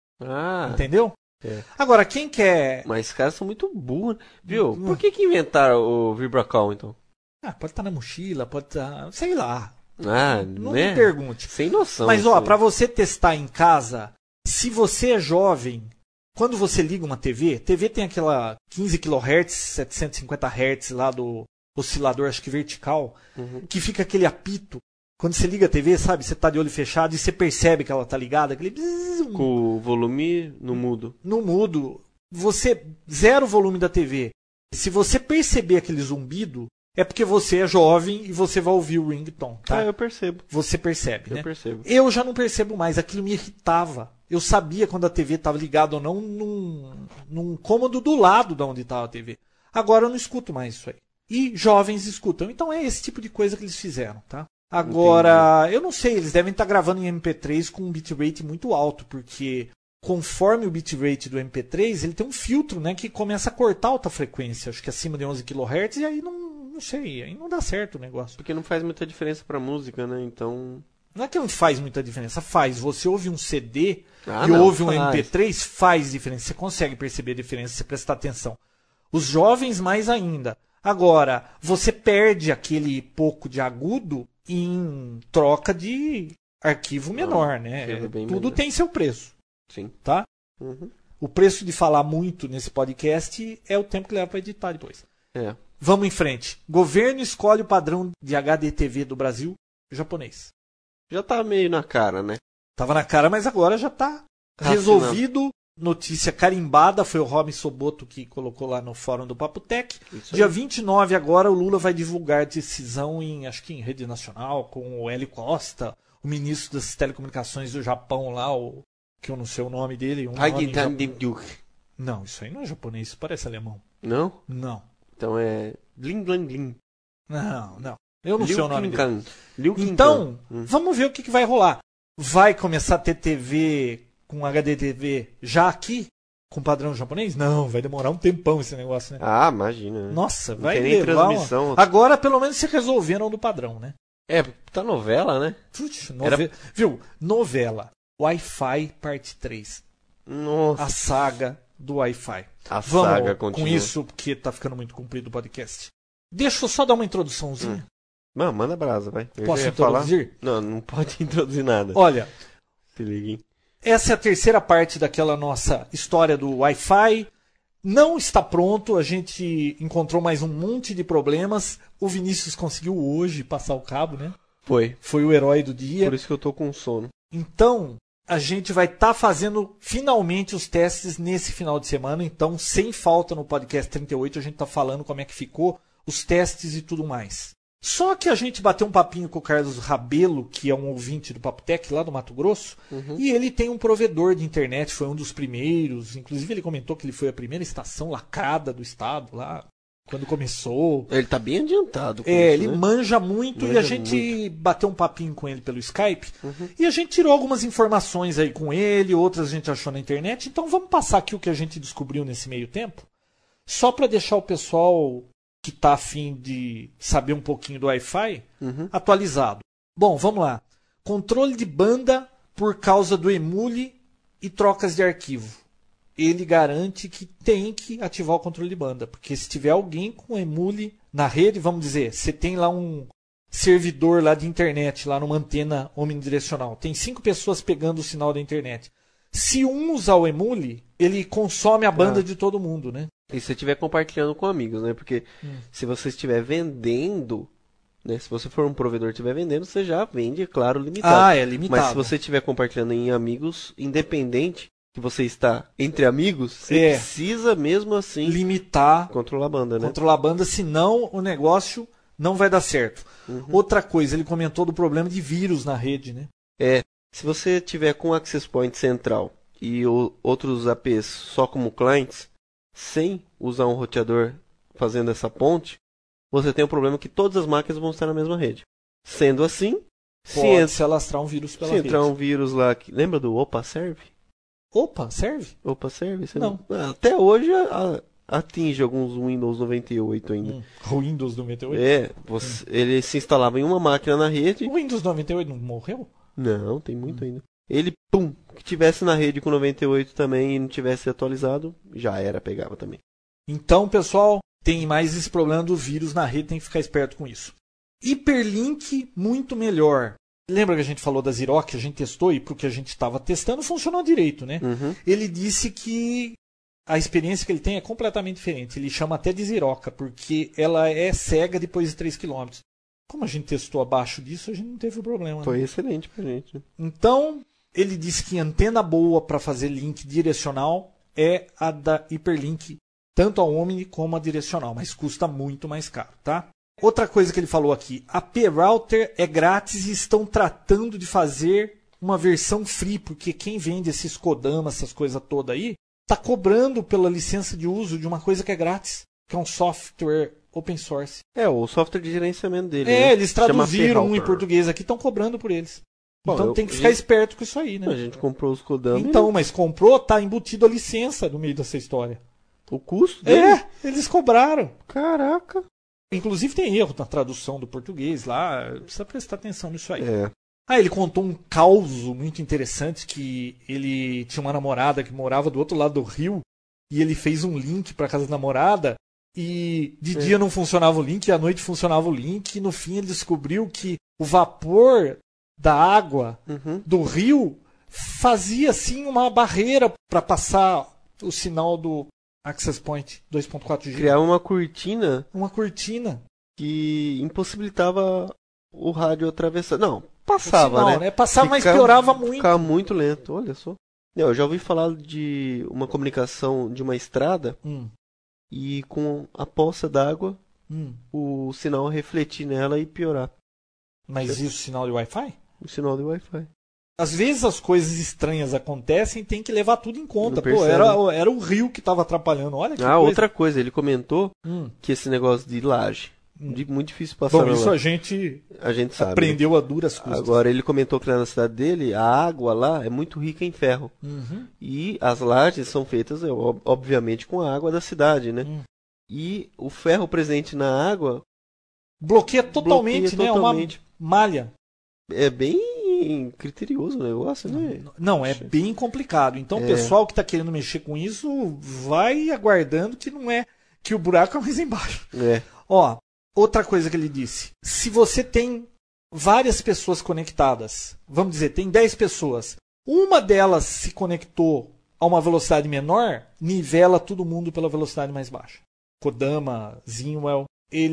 Ah. Entendeu? É. Agora, quem quer... Mas os caras são muito burros, viu? Por que que inventaram o VibraCall, então? Ah, pode estar na mochila, pode estar... Sei lá. Ah, não né? me pergunte. Sem noção. Mas, ó, assim. pra você testar em casa, se você é jovem, quando você liga uma T V, T V tem aquela quinze quilohertz, setecentos e cinquenta hertz lá do oscilador, acho que vertical, Uhum. que fica aquele apito. Quando você liga a T V, sabe, você tá de olho fechado e você percebe que ela tá ligada, aquele... bzzz, Com o volume no mudo. no mudo, você zera o volume da T V. Se você perceber aquele zumbido, é porque você é jovem e você vai ouvir o ringtone, tá? Ah, eu percebo. Você percebe, Eu né? percebo. Eu já não percebo mais, aquilo me irritava. Eu sabia quando a T V estava ligada ou não num, num cômodo do lado de onde estava a T V. Agora eu não escuto mais isso aí. E jovens escutam. Então é esse tipo de coisa que eles fizeram, tá? Agora, Entendi. Eu não sei, eles devem estar gravando em M P três com um bitrate muito alto, porque conforme o bitrate do M P três, ele tem um filtro, né, que começa a cortar alta frequência, acho que acima de onze quilohertz, e aí não, não sei, aí não dá certo o negócio. Porque não faz muita diferença pra música, né? Então... Não é que não faz muita diferença, faz. Você ouve um C D ah, e não, ouve um faz. M P três, faz diferença, você consegue perceber a diferença se você prestar atenção. Os jovens mais ainda. Agora, você perde aquele pouco de agudo em troca de arquivo menor, né? arquivo bem Tudo menor. tem seu preço, Sim. tá? Uhum. O preço de falar muito nesse podcast é o tempo que leva para editar depois. É. Vamos em frente. Governo escolhe o padrão de H D T V do Brasil, japonês. Já tá meio na cara, né? Tava na cara, mas agora já tá resolvido. Notícia carimbada, foi o Romy Soboto que colocou lá no fórum do Papo Tech. Isso Dia aí. vinte e nove agora o Lula vai divulgar a decisão em, acho que em rede nacional, com o Hélio Costa, o ministro das telecomunicações do Japão lá, o que eu não sei o nome dele. Um nome em japo- não, isso aí não é japonês, isso parece alemão. Não? Não, Então é... Blim, blim, blim. não, não. Eu não Liu sei o nome dele. Qingkan. Liu Qingkan. Então, Hum. vamos ver o que, que vai rolar. Vai começar a ter T V com H D T V já aqui, com padrão japonês? Não, vai demorar um tempão esse negócio, né? Ah, imagina. né? Nossa, Não vai tem nem levar... transmissão. Uma... Agora, pelo menos, se resolveram do padrão, né? É, tá novela, né? Putz, nove... Era- Viu? Novela. Wi-Fi parte três. Nossa. A saga do Wi-Fi. A Vamos saga com continua. isso, porque tá ficando muito comprido o podcast. Deixa eu só dar uma introduçãozinha. Mano, manda brasa, vai. Eu Posso já ia falar- introduzir? Não, não pode introduzir nada. Olha, Se liga, hein? essa é a terceira parte daquela nossa história do Wi-Fi. Não está pronto, a gente encontrou mais um monte de problemas. O Vinícius conseguiu hoje passar o cabo, né? Foi. Foi o herói do dia. Por isso que eu tô com sono. Então, a gente vai estar fazendo finalmente os testes nesse final de semana. Então, sem falta no podcast trinta e oito, a gente está falando como é que ficou, os testes e tudo mais. Só que a gente bateu um papinho com o Carlos Rabelo, que é um ouvinte do Papo Tech lá do Mato Grosso, Uhum. e ele tem um provedor de internet, foi um dos primeiros. Inclusive, ele comentou que ele foi a primeira estação lacrada do estado lá, quando começou. Ele tá bem adiantado com É, isso, ele né? manja muito e Manja a gente bateu um papinho com ele pelo Skype e a gente tirou algumas informações aí com ele, outras a gente achou na internet. Então vamos passar aqui o que a gente descobriu nesse meio tempo, só para deixar o pessoal que está afim de saber um pouquinho do Wi-Fi Uhum. atualizado. Bom, vamos lá. Controle de banda por causa do emule e trocas de arquivo. Ele garante que tem que ativar o controle de banda, porque se tiver alguém com emule na rede, vamos dizer, você tem lá um servidor lá de internet, lá numa antena omnidirecional, tem cinco pessoas pegando o sinal da internet. Se um usar o emule, ele consome a banda Ah. de todo mundo, né? E se você estiver compartilhando com amigos, né? Porque Hum. se você estiver vendendo, né? Se você for um provedor e estiver vendendo, você já vende, é claro, limitado. Ah, é limitado. Mas se você estiver compartilhando em amigos, independente que você está entre amigos, você É. precisa mesmo assim limitar, controlar a banda, né? controlar a banda, senão o negócio não vai dar certo. Uhum. Outra coisa, ele comentou do problema de vírus na rede, né? É, se você tiver com Access Point central e o- outros A Ps só como clients, sem usar um roteador fazendo essa ponte, você tem o problema que todas as máquinas vão estar na mesma rede. Sendo assim, se, Pode entra, se alastrar um vírus pela se rede. entrar um vírus lá, que, lembra do OpaServe? Opa, serve? OpaServe? Você Não. Ah, Até hoje a, atinge alguns Windows noventa e oito ainda. Hum, Windows noventa e oito? É, você, hum. ele se instalava em uma máquina na rede. O Windows noventa e oito não morreu? Não, tem muito hum. ainda. Ele, pum, que tivesse na rede com noventa e oito também e não tivesse atualizado, já era, pegava também. Então, pessoal, tem mais esse problema do vírus na rede, tem que ficar esperto com isso. Hyperlink, muito melhor. Lembra que a gente falou da Xerox, que a gente testou e pro que a gente estava testando funcionou direito, né? Uhum. Ele disse que a experiência que ele tem é completamente diferente. Ele chama até de Xeroca, porque ela é cega depois de três quilômetros. Como a gente testou abaixo disso, a gente não teve problema. Foi né? excelente pra gente. Então, ele disse que a antena boa para fazer link direcional é a da Hyperlink, tanto a Omni como a direcional, mas custa muito mais caro, tá? Outra coisa que ele falou aqui, a P-Router é grátis e estão tratando de fazer uma versão free, porque quem vende esses Kodama, essas coisas todas aí, está cobrando pela licença de uso de uma coisa que é grátis, que é um software open source. É, o software de gerenciamento dele. É, né? eles traduziram um em português aqui, estão cobrando por eles. Bom, então eu, tem que ficar gente, esperto com isso aí, né? A gente comprou os Kodama. Então, e... mas comprou, tá embutido a licença no meio dessa história. O custo dele? É, eles cobraram. Caraca. Inclusive tem erro na tradução do português lá, precisa prestar atenção nisso aí. É. Ah, ele contou um caos muito interessante que ele tinha uma namorada que morava do outro lado do rio e ele fez um link para casa da namorada e de é. dia não funcionava o link e à noite funcionava o link e no fim ele descobriu que o vapor da água uhum. do rio fazia assim uma barreira para passar o sinal do Access Point dois ponto quatro G. Criava uma cortina. Uma cortina. Que impossibilitava o rádio atravessar. Não, passava, sinal, né? né? Passava, Fica, mas piorava muito. Ficava muito lento, olha só. Eu já ouvi falar de uma comunicação de uma estrada hum. e com a poça d'água hum. o sinal refletir nela e piorar. Mas isso o sinal de Wi-Fi? O sinal de Wi-Fi. Às vezes as coisas estranhas acontecem e tem que levar tudo em conta. Pô, era, era o rio que estava atrapalhando. Olha que Ah, coisa. outra coisa, ele comentou hum. que esse negócio de laje, hum. de, muito difícil passar Bom, na isso laje. a gente, a gente sabe, aprendeu né? a duras custas. Agora, ele comentou que lá na cidade dele, a água lá é muito rica em ferro. Uhum. E as lajes são feitas, obviamente, com a água da cidade, né? Hum. E o ferro presente na água... Bloqueia totalmente, bloqueia né? totalmente. Uma malha. É bem criterioso o negócio, né? Não, não é bem complicado. Então, o é. pessoal que está querendo mexer com isso, vai aguardando que não é que o buraco é mais embaixo. É. Ó, outra coisa que ele disse. Se você tem várias pessoas conectadas, vamos dizer, tem dez pessoas, uma delas se conectou a uma velocidade menor, nivela todo mundo pela velocidade mais baixa. Kodama, Zinwell,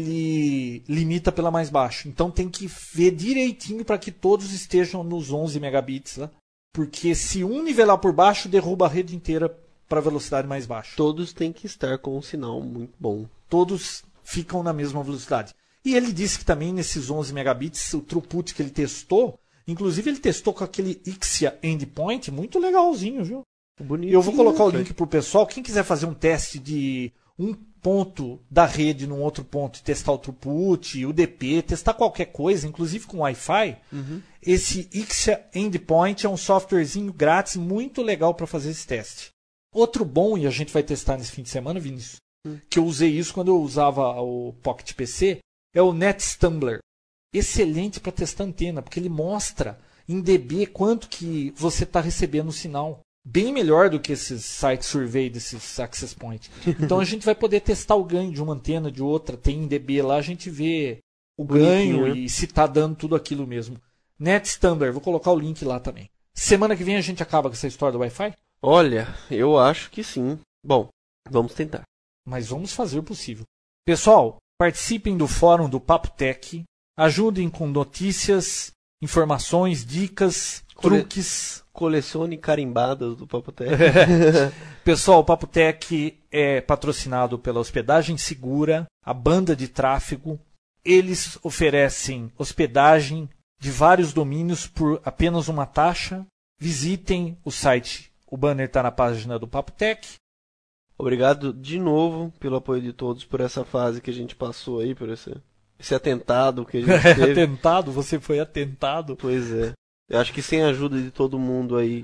ele limita pela mais baixa. Então tem que ver direitinho para que todos estejam nos onze megabits. Né? Porque se um nivelar por baixo, derruba a rede inteira para a velocidade mais baixa. Todos têm que estar com um sinal muito bom. Todos ficam na mesma velocidade. E ele disse que também nesses onze megabits, o throughput que ele testou, inclusive ele testou com aquele Ixia Endpoint, muito legalzinho, viu? Bonitinho, eu vou colocar o cara. link para o pessoal. Quem quiser fazer um teste de um ponto da rede num outro ponto, testar o throughput, o D P, testar qualquer coisa, inclusive com Wi-Fi, uhum. esse Ixia Endpoint é um softwarezinho grátis muito legal para fazer esse teste. Outro bom, e a gente vai testar nesse fim de semana, Vinícius, uhum. que eu usei isso quando eu usava o Pocket P C, é o NetStumbler. Excelente para testar antena, porque ele mostra em dB quanto que você está recebendo o sinal. Bem melhor do que esses sites survey desses access point. Então a gente vai poder testar o ganho de uma antena, de outra, tem em dB lá, a gente vê o ganho Bonitinho. E se está dando tudo aquilo mesmo. NetStumbler, vou colocar o link lá também. Semana que vem a gente acaba com essa história do Wi-Fi? Olha, eu acho que sim. Bom, vamos tentar. Mas vamos fazer o possível. Pessoal, participem do fórum do Papo Tech, ajudem com notícias, informações, dicas, Cole... truques. Colecione carimbadas do Papo Tech. Pessoal, o Papo Tech é patrocinado pela Hospedagem Segura, a banda de tráfego. Eles oferecem hospedagem de vários domínios por apenas uma taxa. Visitem o site. O banner está na página do Papo Tech. Obrigado de novo pelo apoio de todos por essa fase que a gente passou aí, por esse, esse atentado que a gente teve. Atentado? Você foi atentado? Pois é. Eu acho que sem a ajuda de todo mundo aí,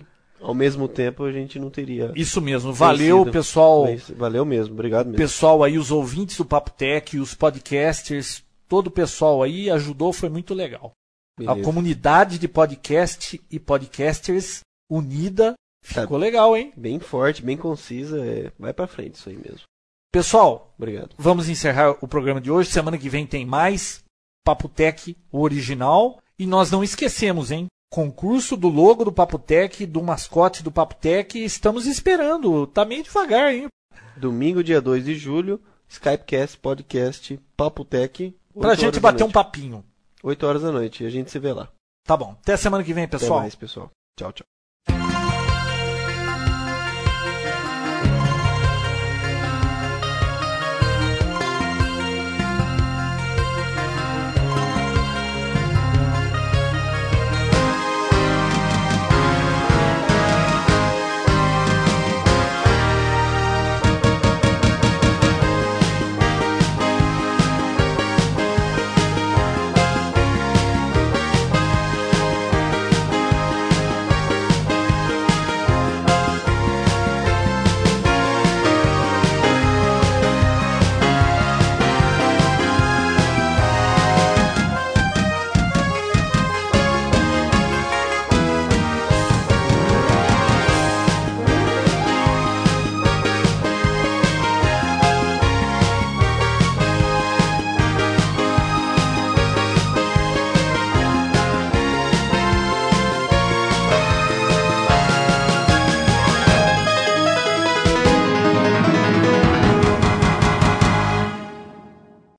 ao mesmo tempo a gente não teria. Isso mesmo. Valeu, vencido. pessoal. Valeu mesmo. Obrigado mesmo. Pessoal aí, os ouvintes do Papo Tech, os podcasters, todo o pessoal aí ajudou, foi muito legal. Beleza. A comunidade de podcast e podcasters unida ficou tá legal, hein? Bem forte, bem concisa. É... Vai pra frente isso aí mesmo. Pessoal, obrigado. Vamos encerrar o programa de hoje. Semana que vem tem mais Papo Tech, o original. E nós não esquecemos, hein? Concurso do logo do Papo Tech, do mascote do Papo Tech. Estamos esperando. Tá meio devagar, hein? Domingo, dia dois de julho, Skypecast, podcast, Papo Tech. Pra gente bater um papinho. oito horas da noite. E a gente se vê lá. Tá bom. Até semana que vem, pessoal. Até mais, pessoal. Tchau, tchau.